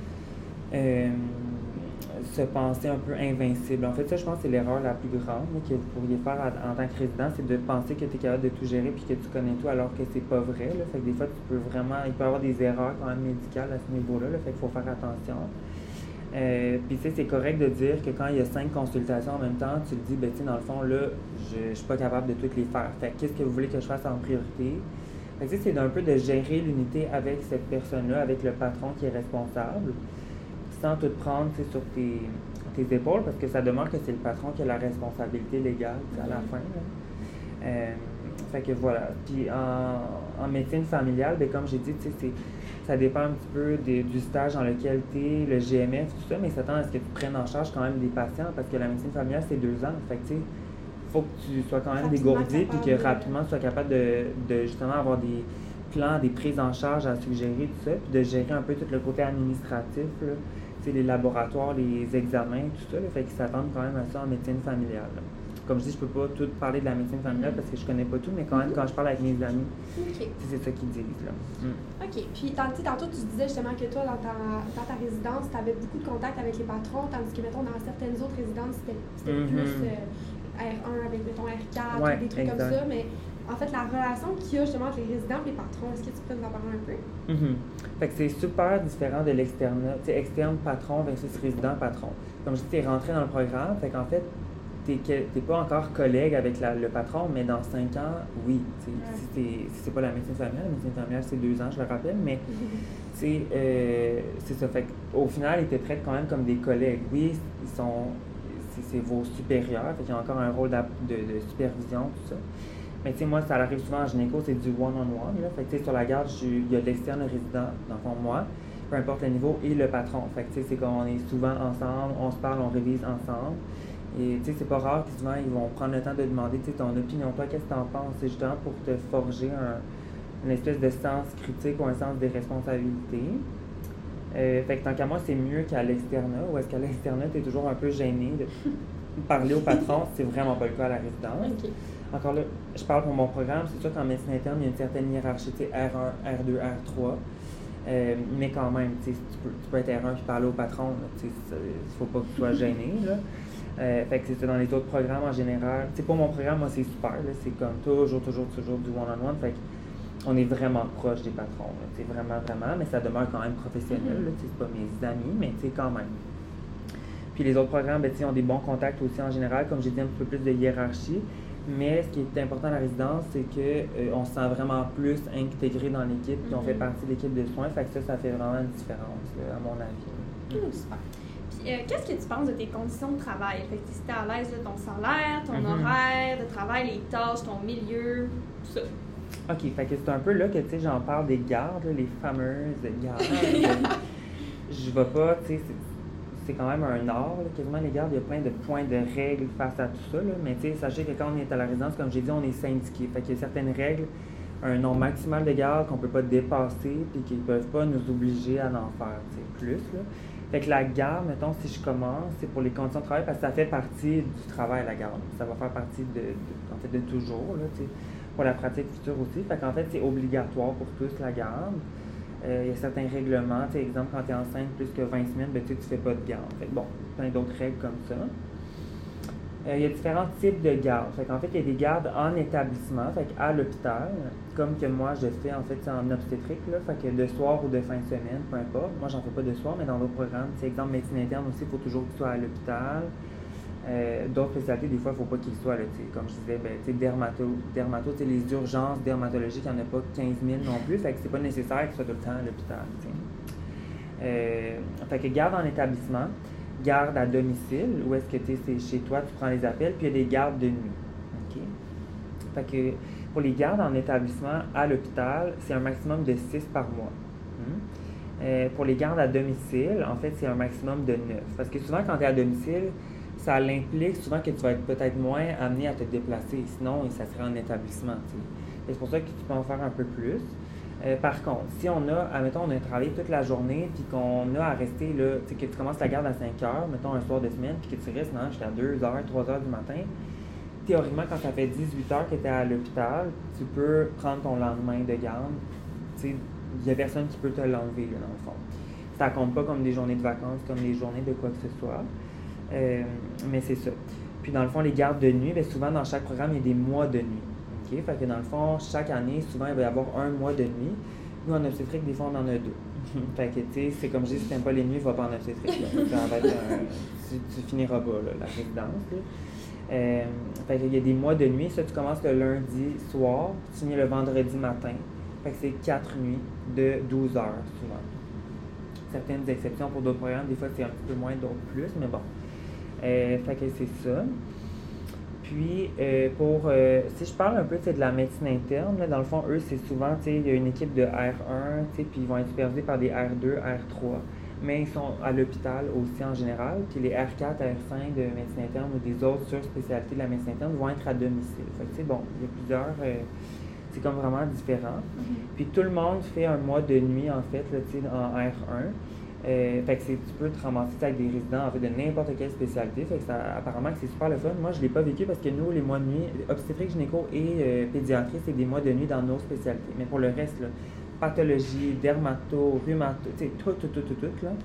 se penser un peu invincible. En fait, ça, je pense que c'est l'erreur la plus grande que vous pourriez faire en tant que résident, c'est de penser que tu es capable de tout gérer puis que tu connais tout alors que c'est pas vrai. Là. Fait que des fois, il peut y avoir des erreurs quand même médicales à ce niveau-là. Là. Fait qu'il faut faire attention. Puis, tu sais, c'est correct de dire que quand il y a 5 consultations en même temps, tu te dis, ben, tu sais, dans le fond, là, je suis pas capable de toutes les faire. Fait que qu'est-ce que vous voulez que je fasse en priorité? Fait que, tu sais, c'est un peu de gérer l'unité avec cette personne-là, avec le patron qui est responsable, sans tout prendre sur tes épaules, parce que ça demeure que c'est le patron qui a la responsabilité légale à la fin. Fait que voilà. Puis en médecine familiale, ben, comme j'ai dit, ça dépend un petit peu du stage dans lequel tu es, le GMF, tout ça, mais ça tend à ce que tu prennes en charge quand même des patients, parce que la médecine familiale, c'est 2 ans. Fait que, tu sais, il faut que tu sois quand même dégourdi, puis que rapidement tu sois capable de justement avoir des plans, des prises en charge à suggérer, tout ça, puis de gérer un peu tout le côté administratif, là. Les laboratoires, les examens, tout ça. Là, fait qu'ils s'attendent quand même à ça en médecine familiale. Là. Comme je dis, je peux pas tout parler de la médecine familiale parce que je connais pas tout, mais quand même, quand je parle avec mes amis, c'est ça qu'ils disent. Là. OK. Puis, tantôt, tu disais justement que toi, dans ta résidence, tu avais beaucoup de contacts avec les patrons, tandis que, mettons, dans certaines autres résidences, c'était plus R1 avec, mettons, R4, des trucs comme ça. Mais en fait, la relation qu'il y a justement entre les résidents et les patrons. Est-ce que tu peux nous en parler un peu? Fait que c'est super différent de l'externat. Tu sais, externe patron versus résident patron. Comme je dis, tu es rentré dans le programme, fait qu'en fait, t'es pas encore collègue avec le patron, mais dans 5 ans, oui. Si c'est pas la médecine familiale, la médecine familiale, c'est 2 ans, je le rappelle, mais c'est ça. Fait qu'au final, ils te traitent quand même comme des collègues. Oui, c'est vos supérieurs, fait qu'il y a encore un rôle de supervision, tout ça. Mais tu sais, moi, ça arrive souvent en gynéco, c'est du one-on-one, là. Fait que tu sais, sur la garde, il y a l'externe résident, dans le fond, moi, peu importe le niveau, et le patron. Fait que tu sais, c'est qu'on est souvent ensemble, on se parle, on révise ensemble. Et tu sais, c'est pas rare que souvent, ils vont prendre le temps de demander, tu sais, ton opinion, toi, qu'est-ce que t'en penses? C'est justement pour te forger une espèce de sens critique ou un sens des responsabilités. Fait que tant qu'à moi, c'est mieux qu'à l'externat, ou est-ce qu'à l'externat, t'es toujours un peu gêné de parler au patron, c'est vraiment pas le cas à la résidence. Okay. Encore là, je parle pour mon programme, c'est sûr qu'en médecine interne, il y a une certaine hiérarchie, tu sais, R1, R2, R3. Mais quand même, tu peux être R1 et parler au patron, il ne faut pas que tu sois gêné. Là. Fait que c'est dans les autres programmes en général. Tu sais, pour mon programme, moi, c'est super. C'est comme toujours du one-on-one. Fait qu'on est vraiment proche des patrons. C'est vraiment, mais ça demeure quand même professionnel. C'est pas mes amis, mais quand même. Puis les autres programmes, ont des bons contacts aussi en général, comme j'ai dit, un petit peu plus de hiérarchie. Mais ce qui est important à la résidence, c'est qu'on se sent vraiment plus intégré dans l'équipe, puis on fait partie de l'équipe de soins. Fait que ça fait vraiment une différence, là, à mon avis. Super. Puis, qu'est-ce que tu penses de tes conditions de travail? Fait que si t'es à l'aise de ton salaire, ton horaire de travail, les tâches, ton milieu, tout ça. OK, fait que c'est un peu là que, tu sais, j'en parle des gardes, là, les fameuses gardes. Je vais pas, tu sais, c'est quand même un art, là, quasiment les gardes, il y a plein de points de règles face à tout ça, là, mais tu sais, sachez que quand on est à la résidence, comme j'ai dit, on est syndiqué, fait qu'il y a certaines règles, un nombre maximal de gardes qu'on peut pas dépasser, puis qu'ils peuvent pas nous obliger à en faire, tu sais, plus, là. Fait que la garde, mettons, si je commence, c'est pour les conditions de travail, parce que ça fait partie du travail, la garde, ça va faire partie de toujours, là, tu sais, pour la pratique future aussi, fait qu'en fait, c'est obligatoire pour tous, la garde. Il y a certains règlements, tu sais, exemple, quand tu es enceinte plus que 20 semaines, ben, tu fais pas de garde. Fait que bon, plein d'autres règles comme ça. Il y a différents types de gardes. Fait qu'en fait, il y a des gardes en établissement, fait qu'à l'hôpital, comme que moi je fais en fait en obstétrique, là, fait que de soir ou de fin de semaine, peu importe. Moi, j'en fais pas de soir, mais dans d'autres programmes, c'est exemple médecine interne aussi, il faut toujours qu'il soit à l'hôpital. D'autres spécialités, des fois, il ne faut pas qu'ils soient, là, comme je disais, dermato, les urgences dermatologiques, il n'y en a pas 15 000 non plus, fait que c'est pas nécessaire qu'ils soient tout le temps à l'hôpital. Fait que garde en établissement, garde à domicile, où est-ce que c'est chez toi, tu prends les appels, puis il y a des gardes de nuit. Okay? Fait que pour les gardes en établissement à l'hôpital, c'est un maximum de 6 par mois. Pour les gardes à domicile, en fait, c'est un maximum de 9. Parce que souvent, quand tu es à domicile, ça implique souvent que tu vas être peut-être moins amené à te déplacer. Sinon, ça serait en établissement. C'est pour ça que tu peux en faire un peu plus. Par contre, si on a travaillé toute la journée, puis qu'on a à rester là, que tu commences la garde à 5 heures, mettons un soir de semaine, puis que tu restes jusqu'à 2 heures, 3 heures du matin, théoriquement, quand ça fait 18 heures que tu es à l'hôpital, tu peux prendre ton lendemain de garde. Il n'y a personne qui peut te l'enlever, là, dans le fond. Ça compte pas comme des journées de vacances, comme des journées de quoi que ce soit. Mais c'est ça. Puis dans le fond, les gardes de nuit, bien, souvent dans chaque programme, il y a des mois de nuit. Okay? Fait que dans le fond, chaque année, souvent, il va y avoir un mois de nuit. Nous, en obstétrique, des fois, on en a 2. Fait que, tu sais, c'est comme je dis, si tu n'aimes pas les nuits, va pas en obstétrique. Ça va être tu finiras pas, là, la résidence. Fait qu'il y a des mois de nuit. Ça, tu commences le lundi soir, tu finis le vendredi matin. Fait que c'est 4 nuits de 12 heures, souvent. Certaines exceptions pour d'autres programmes, des fois, c'est un petit peu moins, d'autres plus, mais bon. Fait que c'est ça. Puis, si je parle un peu de la médecine interne, là, dans le fond, eux, c'est souvent, il y a une équipe de R1, puis ils vont être supervisés par des R2, R3. Mais ils sont à l'hôpital aussi en général. Puis les R4, R5 de médecine interne ou des autres surspécialités de la médecine interne vont être à domicile. Fait que, bon, il y a plusieurs... c'est comme vraiment différent. Puis tout le monde fait un mois de nuit, en fait, là, en R1. Fait que tu peux te ramasser avec des résidents en fait, de n'importe quelle spécialité. Fait que apparemment que c'est super le fun. Moi, je ne l'ai pas vécu parce que nous, les mois de nuit, obstétrique, gynéco et pédiatrie, c'est des mois de nuit dans nos spécialités. Mais pour le reste, là, pathologie, dermato, rhumato, tout, là.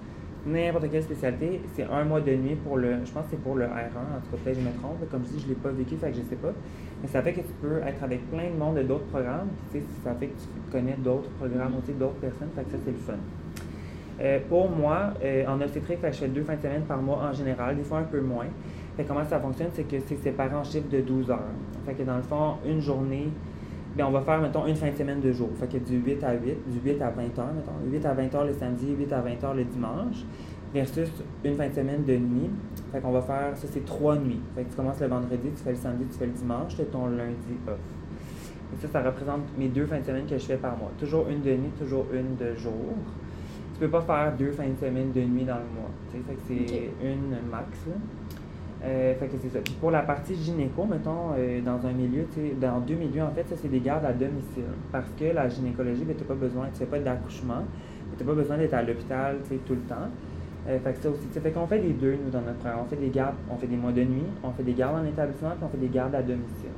n'importe quelle spécialité, c'est 1 mois de nuit pour le, je pense que c'est pour le R1, en tout cas peut-être je me trompe, comme je dis, je ne l'ai pas vécu, fait que je sais pas. Mais ça fait que tu peux être avec plein de monde de d'autres programmes, puis ça fait que tu connais d'autres programmes aussi, d'autres personnes, fait que ça c'est le fun. Pour moi, en obstétrique, je fais 2 fins de semaine par mois en général, des fois un peu moins. Fait comment ça fonctionne, c'est que c'est séparé en chiffres de 12 heures. Fait que dans le fond, une journée, bien, on va faire, mettons, une fin de semaine de jour. Fait que du 8 à 8, du 8 à 20 heures, mettons. 8 à 20 heures le samedi, 8 à 20 heures le dimanche, versus une fin de semaine de nuit. Fait qu'on va faire, ça c'est 3 nuits. Fait que tu commences le vendredi, tu fais le samedi, tu fais le dimanche, tu as ton lundi off. Et ça représente mes 2 fins de semaine que je fais par mois. Toujours une de nuit, toujours une de jour. Tu peux pas faire 2 fins de semaine de nuit dans le mois. Fait que c'est une max, là. Fait que c'est ça. Puis pour la partie gynéco, mettons, dans un milieu, dans 2 milieux, en fait, ça c'est des gardes à domicile. Parce que la gynécologie, tu n'as pas besoin, tu fais pas d'accouchement, tu n'as pas besoin d'être à l'hôpital tout le temps. Fait que ça aussi, fait qu'on fait les deux, nous, dans notre programme. On fait des gardes, on fait des mois de nuit, on fait des gardes en établissement, puis on fait des gardes à domicile.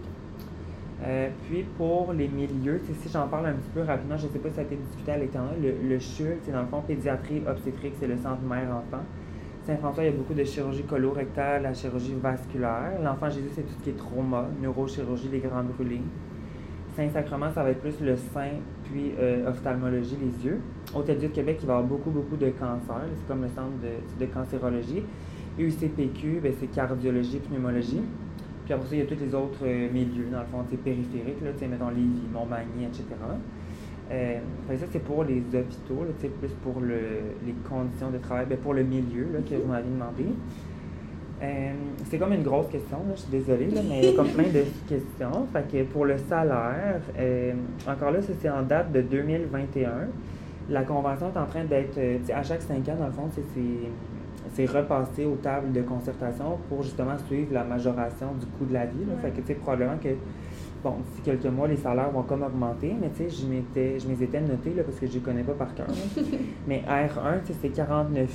Puis pour les milieux, si j'en parle un petit peu rapidement, je ne sais pas si ça a été discuté à l'étang, le CHUL, c'est dans le fond pédiatrie obstétrique, c'est le centre mère-enfant. Saint-François, il y a beaucoup de chirurgie colorectale, la chirurgie vasculaire. L'enfant Jésus, c'est tout ce qui est trauma, neurochirurgie, les grands brûlés. Saint-Sacrement, ça va être plus le sein, puis ophtalmologie, les yeux. Hôtel-Dieu de Québec, il va y avoir beaucoup de cancers. C'est comme le centre de cancérologie. UCPQ, ben, c'est cardiologie, pneumologie. Puis après ça, il y a tous les autres milieux, dans le fond, périphériques, là, mettons Lévis, Montmagny, etc. Ça, c'est pour les hôpitaux, là, plus pour les conditions de travail, bien, pour le milieu là, que vous m'avez demandé. C'est comme une grosse question, là, je suis désolée, là, mais il y a comme plein de questions. Fait que pour le salaire, encore là, ça c'est en date de 2021. La convention est en train d'être, à chaque 5 ans, dans le fond, c'est repassé aux tables de concertation pour justement suivre la majoration du coût de la vie. Là. Fait que, probablement que, bon, d'ici quelques mois, les salaires vont comme augmenter, mais tu sais, je m'y étais noté là, parce que je ne les connais pas par cœur. Mais R1, c'est 49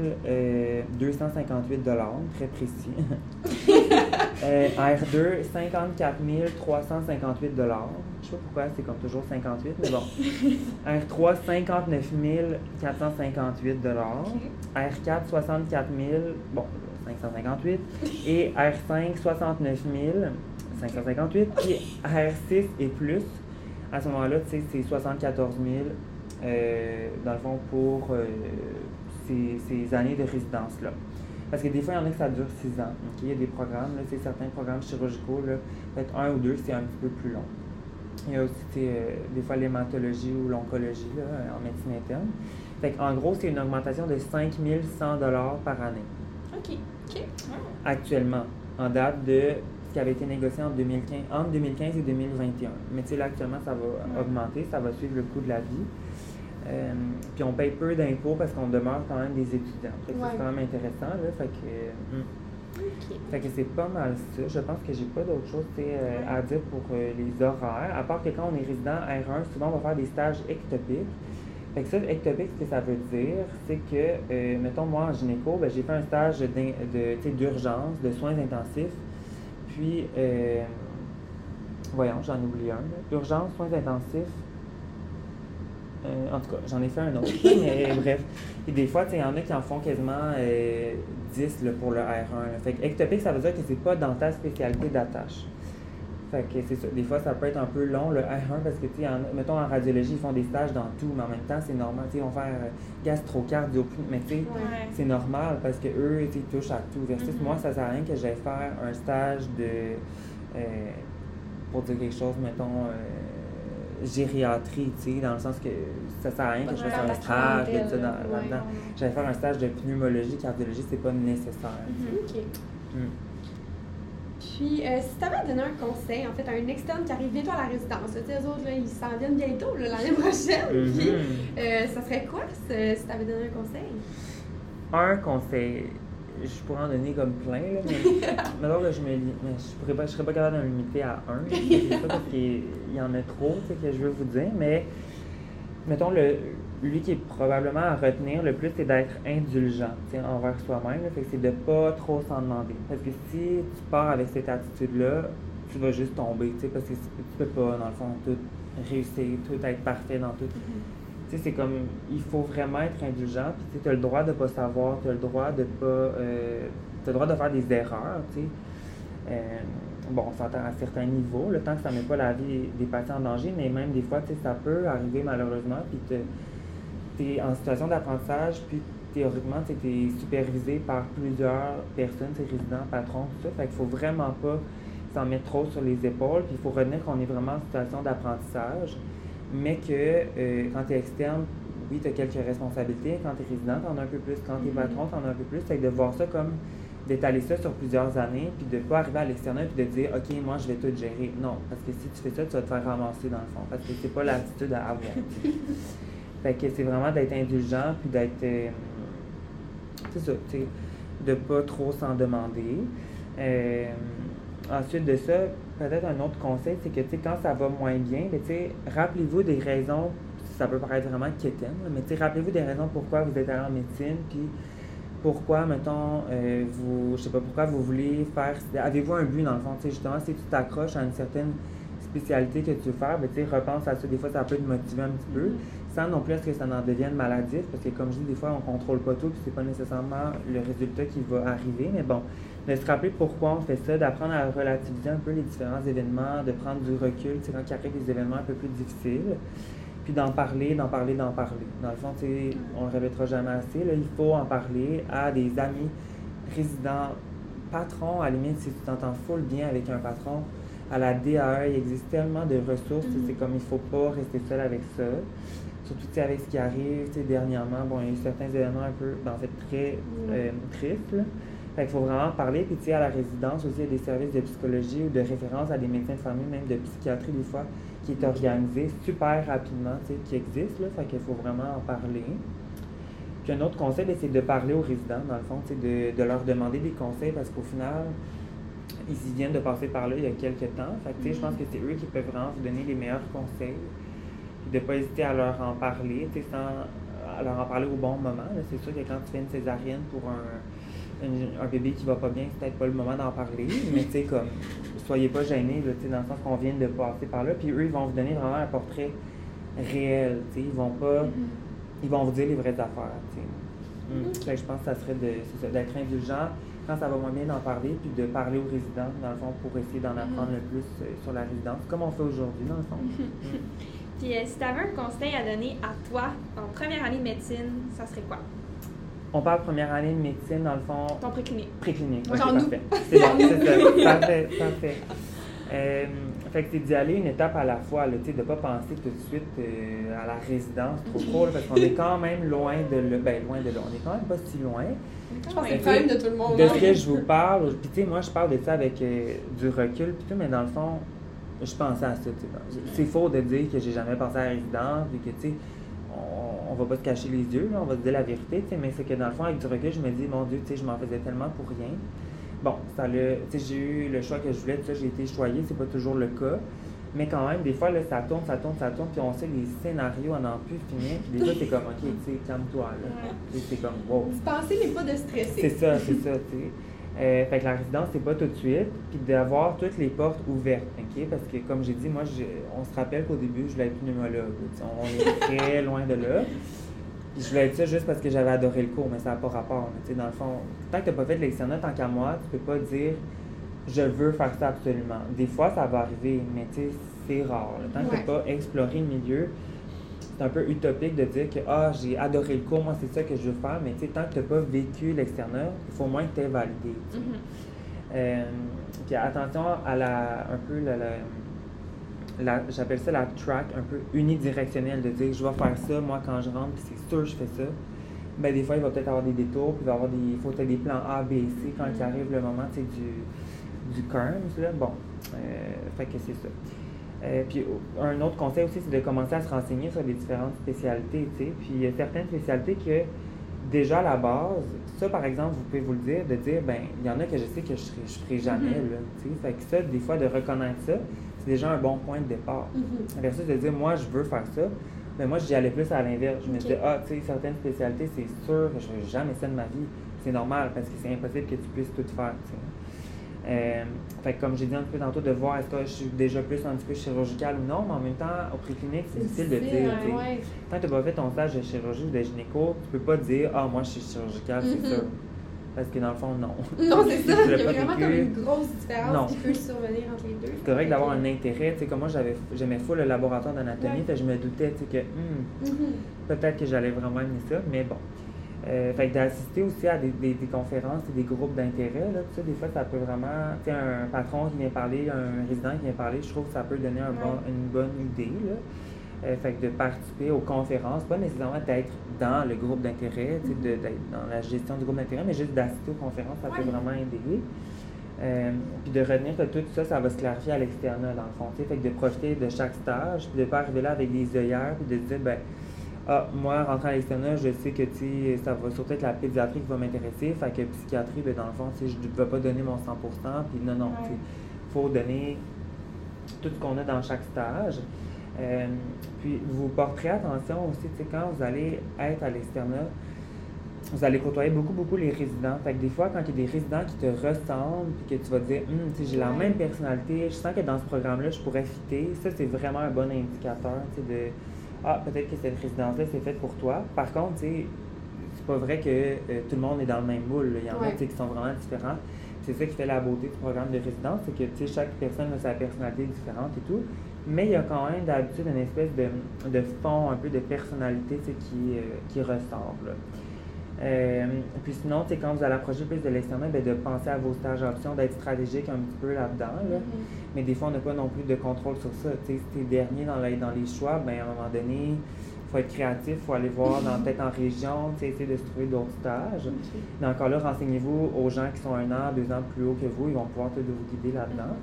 258 $, très précis. R2, 54 358 $. Je ne sais pas pourquoi c'est comme toujours 58, mais bon. R3, 59 458 $. R4, 64 558 $. Et R5, 69 558 $. Puis R6 et plus, à ce moment-là, c'est 74 000 dans le fond, pour ces années de résidence-là. Parce que des fois, il y en a que ça dure 6 ans. Okay? Il y a des programmes, là, certains programmes chirurgicaux, peut-être 1 ou 2, c'est un petit peu plus long. Il y a aussi des fois l'hématologie ou l'oncologie là, en médecine interne. Fait en gros, c'est une augmentation de 5 100 $ par année. OK. Actuellement, en date de ce qui avait été négocié entre 2015 et 2021. Mais là, actuellement, ça va augmenter, ça va suivre le coût de la vie. Puis on paye peu d'impôts parce qu'on demeure quand même des étudiants. Fait que c'est quand même intéressant. Là, fait que c'est pas mal ça. Je pense que j'ai pas d'autre chose à dire pour les horaires. À part que quand on est résident R1, souvent on va faire des stages ectopiques. Fait que ça, ectopique, ce que ça veut dire, c'est que, mettons, moi en gynéco, ben, j'ai fait un stage d'urgence, de soins intensifs. Puis, voyons, j'en oublie un. Là. Urgence, soins intensifs. En tout cas, j'en ai fait un autre. Mais bref. Et des fois, il y en a qui en font quasiment 10 là, pour le R1. Là. Fait que ectopique, ça veut dire que c'est pas dans ta spécialité d'attache. Fait que c'est ça. Des fois, ça peut être un peu long, le R1, parce que, mettons, en radiologie, ils font des stages dans tout, mais en même temps, c'est normal. Ils vont faire gastro-cardio, mais c'est normal parce qu'eux, ils touchent à tout. Versus moi, ça sert à rien que j'aille faire un stage pour dire quelque chose, mettons, gériatrie, dans le sens que ça sert à rien que je fasse un stage de ça là-dedans. J'allais faire un stage de pneumologie, cardiologie, c'est pas nécessaire. Puis, si tu avais à donner un conseil, en fait, à un externe qui arrive bientôt à la résidence, eux autres, là, ils s'en viennent bientôt, l'année prochaine, puis ça serait quoi, si tu avais donné un conseil? Un conseil, je pourrais en donner comme plein, là, mais alors là, je serais pas capable de me limiter à un. C'est pas parce qu'il y en a trop que je veux vous dire, mais mettons, lui qui est probablement à retenir le plus, c'est d'être indulgent envers soi-même. Fait que c'est de ne pas trop s'en demander. Parce que si tu pars avec cette attitude-là, tu vas juste tomber, parce que tu peux pas, dans le fond, tout réussir, tout être parfait dans tout. Tu sais, c'est comme, il faut vraiment être indulgent, puis tu as le droit de ne pas savoir, tu as le droit de pas... t'as le droit de faire des erreurs, tu sais. Bon, on s'entend à certains niveaux, le temps que ça ne met pas la vie des patients en danger, mais même des fois, tu sais, ça peut arriver malheureusement, puis tu es en situation d'apprentissage, puis théoriquement, tu es supervisé par plusieurs personnes, tu sais, résidents, patrons, tout ça, fait qu'il faut vraiment pas s'en mettre trop sur les épaules, puis il faut retenir qu'on est vraiment en situation d'apprentissage, mais que quand tu es externe, oui, tu as quelques responsabilités, quand tu es résident, tu en as un peu plus, quand tu es patron, tu en as un peu plus, c'est de voir ça comme d'étaler ça sur plusieurs années, puis de ne pas arriver à l'extérieur puis de dire « OK, moi, je vais tout gérer ». Non, parce que si tu fais ça, tu vas te faire ramasser dans le fond, parce que c'est pas l'attitude à avoir. Fait que c'est vraiment d'être indulgent, puis d'être... c'est ça, tu sais, de pas trop s'en demander. Ensuite de ça, peut-être un autre conseil, c'est que, tu sais, quand ça va moins bien, tu sais, rappelez-vous des raisons, ça peut paraître vraiment quétaine, mais tu sais, rappelez-vous des raisons pourquoi vous êtes allé en médecine, puis pourquoi, mettons, je sais pas, pourquoi vous voulez faire... Avez-vous un but, dans le fond? Tu sais, justement, si tu t'accroches à une certaine spécialité que tu veux faire, ben, tu sais, repense à ça. Des fois, ça peut te motiver un petit peu, sans non plus que ça en devienne maladif, parce que, comme je dis, des fois, on contrôle pas tout, puis c'est pas nécessairement le résultat qui va arriver, mais bon, de se rappeler pourquoi on fait ça, d'apprendre à relativiser un peu les différents événements, de prendre du recul, tu sais, quand il arrive des événements un peu plus difficiles, puis d'en parler. Dans le fond, tu sais, on le répétera jamais assez, là, il faut en parler à des amis résidents, patrons, à la limite, si tu t'entends full bien avec un patron, à la DAE, il existe tellement de ressources, c'est comme il ne faut pas rester seul avec ça. Surtout avec ce qui arrive, dernièrement, bon, il y a eu certains événements un peu, en fait, très tristes, là. Fait qu'il faut vraiment parler, puis à la résidence aussi, il y a des services de psychologie ou de référence à des médecins de famille, même de psychiatrie des fois, qui est organisé super rapidement, qui existe, là, fait qu'il faut vraiment en parler. Puis un autre conseil, c'est de parler aux résidents, dans le fond, de leur demander des conseils, parce qu'au final, ils viennent de passer par là il y a quelques temps, fait que je pense que c'est eux qui peuvent vraiment vous donner les meilleurs conseils, puis de ne pas hésiter à leur en parler, à leur en parler au bon moment. C'est sûr que quand tu fais une césarienne pour un bébé qui va pas bien, c'est peut-être pas le moment d'en parler, mais tu sais, comme, soyez pas gênés, là, dans le sens qu'on vient de passer par là, puis eux, ils vont vous donner vraiment un portrait réel, tu sais, ils vont pas, ils vont vous dire les vraies affaires, tu sais. Fait que je pense que ça serait d'être indulgent quand ça va moins bien d'en parler, puis de parler aux résidents, dans le fond, pour essayer d'en apprendre le plus sur la résidence, comme on fait aujourd'hui, dans le fond. Puis si tu avais un conseil à donner à toi en première année de médecine, ça serait quoi? On parle première année de médecine, dans le fond... Ton préclinique. Préclinique, ouais, okay, parfait. C'est bon, c'est ça. Parfait. Fait que c'est d'y aller une étape à la fois, de ne pas penser tout de suite à la résidence trop, là, parce qu'on est quand même loin de là. Ben, loin de là. On est quand même pas si loin. Je pense que c'est le problème de tout le monde. De ce que je vous parle, puis tu sais, moi, je parle de ça avec du recul, puis tout, mais dans le fond, je pensais à ça. C'est faux de dire que j'ai jamais pensé à la résidence, puis que, tu sais, on va pas se cacher les yeux, là, on va se dire la vérité, mais c'est que dans le fond, avec du recul, je me dis, mon Dieu, tu sais, je m'en faisais tellement pour rien. Bon, j'ai eu le choix que je voulais, j'ai été choyée, c'est pas toujours le cas. Mais quand même, des fois, là, ça tourne, puis on sait les scénarios en plus finir, puis des fois, t'es comme, OK, tu sais, calme-toi, là. C'est comme, wow. Penser, mais pas de stresser. C'est ça, tu sais. Fait que la résidence, c'est pas tout de suite, puis d'avoir toutes les portes ouvertes, OK? Parce que, comme j'ai dit, moi, on se rappelle qu'au début, je voulais être pneumologue. On est très loin de là. Puis je voulais être ça juste parce que j'avais adoré le cours, mais ça n'a pas rapport. Mais dans le fond, tant que tu n'as pas fait de l'externat, tant qu'à moi, tu peux pas dire je veux faire ça absolument. Des fois, ça va arriver, mais c'est rare. Là. Tant que tu n'as pas exploré le milieu, c'est un peu utopique de dire que j'ai adoré le cours, moi c'est ça que je veux faire, mais tant que tu n'as pas vécu l'externat, il faut au moins que tu aies validé. Puis attention à j'appelle ça la track un peu unidirectionnelle, de dire je vais faire ça, moi quand je rentre, puis c'est sûr je fais ça. Ben, des fois, il va peut-être avoir des détours, puis il faut peut-être des plans A, B, C quand il arrive le moment du CURMS, là. Bon, fait que c'est ça. Puis un autre conseil aussi, c'est de commencer à se renseigner sur les différentes spécialités, tu sais. Puis il y a certaines spécialités que, déjà à la base, ça par exemple, vous pouvez vous le dire, de dire, ben il y en a que je sais que je ferai jamais, là, tu sais. Fait que ça, des fois, de reconnaître ça, c'est déjà un bon point de départ. Versus de dire, moi, je veux faire ça, mais moi, j'y allais plus à l'inverse. Je me disais, tu sais, certaines spécialités, c'est sûr que je ne ferai jamais ça de ma vie. C'est normal, parce que c'est impossible que tu puisses tout faire, tu sais. Fait que comme j'ai dit un peu tantôt, de voir est-ce que je suis déjà plus un petit peu chirurgicale ou non, mais en même temps, au préclinique, c'est difficile de dire. Ouais. Tant que tu n'as pas fait ton stage de chirurgie ou de gynéco, tu peux pas dire « Ah, moi, je suis chirurgicale, c'est sûr. » Parce que dans le fond, non. Non, c'est ça. Il y a pas vraiment vécu. comme une grosse différence Non. qui peut survenir entre les deux. C'est correct d'avoir un intérêt. Tu sais, comme moi, j'aimais full le laboratoire d'anatomie, Ouais. fait que je me doutais tu sais, que peut-être que j'allais vraiment aimer ça, mais bon. Fait que d'assister aussi à des conférences et des groupes d'intérêt, là, tout ça, des fois, ça peut vraiment, tu sais, un patron qui vient parler, un résident qui vient parler, je trouve que ça peut donner une bonne idée, là. Fait que de participer aux conférences, pas nécessairement d'être dans le groupe d'intérêt, tu sais, d'être dans la gestion du groupe d'intérêt, mais juste d'assister aux conférences, ça peut vraiment aider. Puis de retenir que tout ça, ça va se clarifier à l'externat, dans le fond, tu sais, fait que de profiter de chaque stage, puis de ne pas arriver là avec des œillères, puis de se dire, ben, moi, rentrant à l'externat, je sais que ça va surtout être la pédiatrie qui va m'intéresser. Fait que psychiatrie, ben, dans le fond, je ne vais pas donner mon 100%. Puis non, il faut donner tout ce qu'on a dans chaque stage. Puis vous porterez attention aussi, quand vous allez être à l'externat, vous allez côtoyer beaucoup les résidents. Fait que des fois, quand il y a des résidents qui te ressemblent, puis que tu vas te dire, j'ai la même personnalité, je sens que dans ce programme-là, je pourrais fitter, ça, c'est vraiment un bon indicateur, de peut-être que cette résidence-là, c'est faite pour toi. Par contre, c'est pas vrai que tout le monde est dans le même moule. Il y en a qui sont vraiment différents. C'est ça qui fait la beauté du programme de résidence, c'est que chaque personne a sa personnalité différente et tout. Mais il y a quand même d'habitude une espèce de fond, un peu de personnalité qui ressort. Là. Puis sinon, quand vous allez approcher plus de l'externat, de penser à vos stages options, d'être stratégique un petit peu là-dedans. Là. Mais des fois, on n'a pas non plus de contrôle sur ça. Si tu es dernier dans les choix, à un moment donné, il faut être créatif, il faut aller voir peut-être en région, essayer de se trouver d'autres stages. Mais encore là, renseignez-vous aux gens qui sont 1 an, 2 ans plus haut que vous, ils vont pouvoir vous guider là-dedans.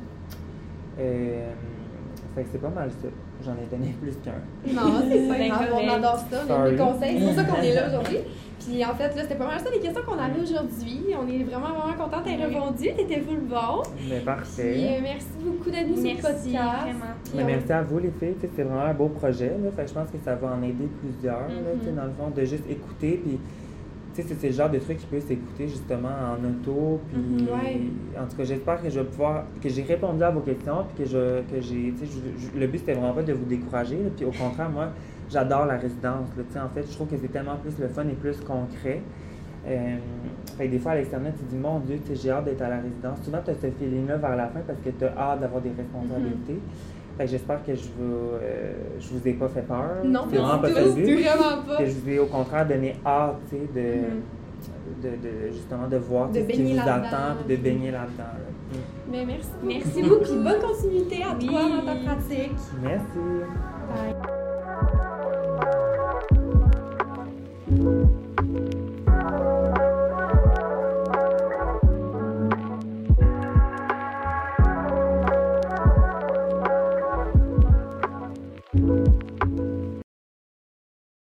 Fait que c'est pas mal ça. J'en ai donné plus qu'un. Non, c'est pas grave, on adore ça, on aime les conseils. C'est pour ça qu'on est là aujourd'hui. Puis en fait, là, c'était pas mal ça les questions qu'on avait aujourd'hui. On est vraiment contents d'avoir répondu. T'étais full bon. Mais parfait. Puis merci beaucoup d'être venus sur le podcast. Mais merci à vous les filles. C'est vraiment un beau projet. Là. Fait que je pense que ça va en aider plusieurs. Là, dans le fond, de juste écouter. Puis c'est le genre de truc qui peut s'écouter justement en auto. Puis en tout cas, j'espère que je vais pouvoir, que j'ai répondu à vos questions. Puis que j'ai, le but c'était vraiment pas de vous décourager. Là, puis au contraire, moi, j'adore la résidence. Là, en fait, je trouve que c'est tellement plus le fun et plus concret. Fait que des fois, à l'externat, tu te dis, mon Dieu, j'ai hâte d'être à la résidence. Souvent, tu as ce feeling-là vers la fin parce que tu as hâte d'avoir des responsabilités. Fait que j'espère que je vous ai pas fait peur. Non, c'est vraiment pas ça le but. Vraiment pas. Que je vous ai au contraire donné hâte, justement de voir ce qui vous attend et de baigner là-dedans. Là. Mais merci beaucoup. Puis bonne continuité à toi dans ta pratique. Merci. Bye.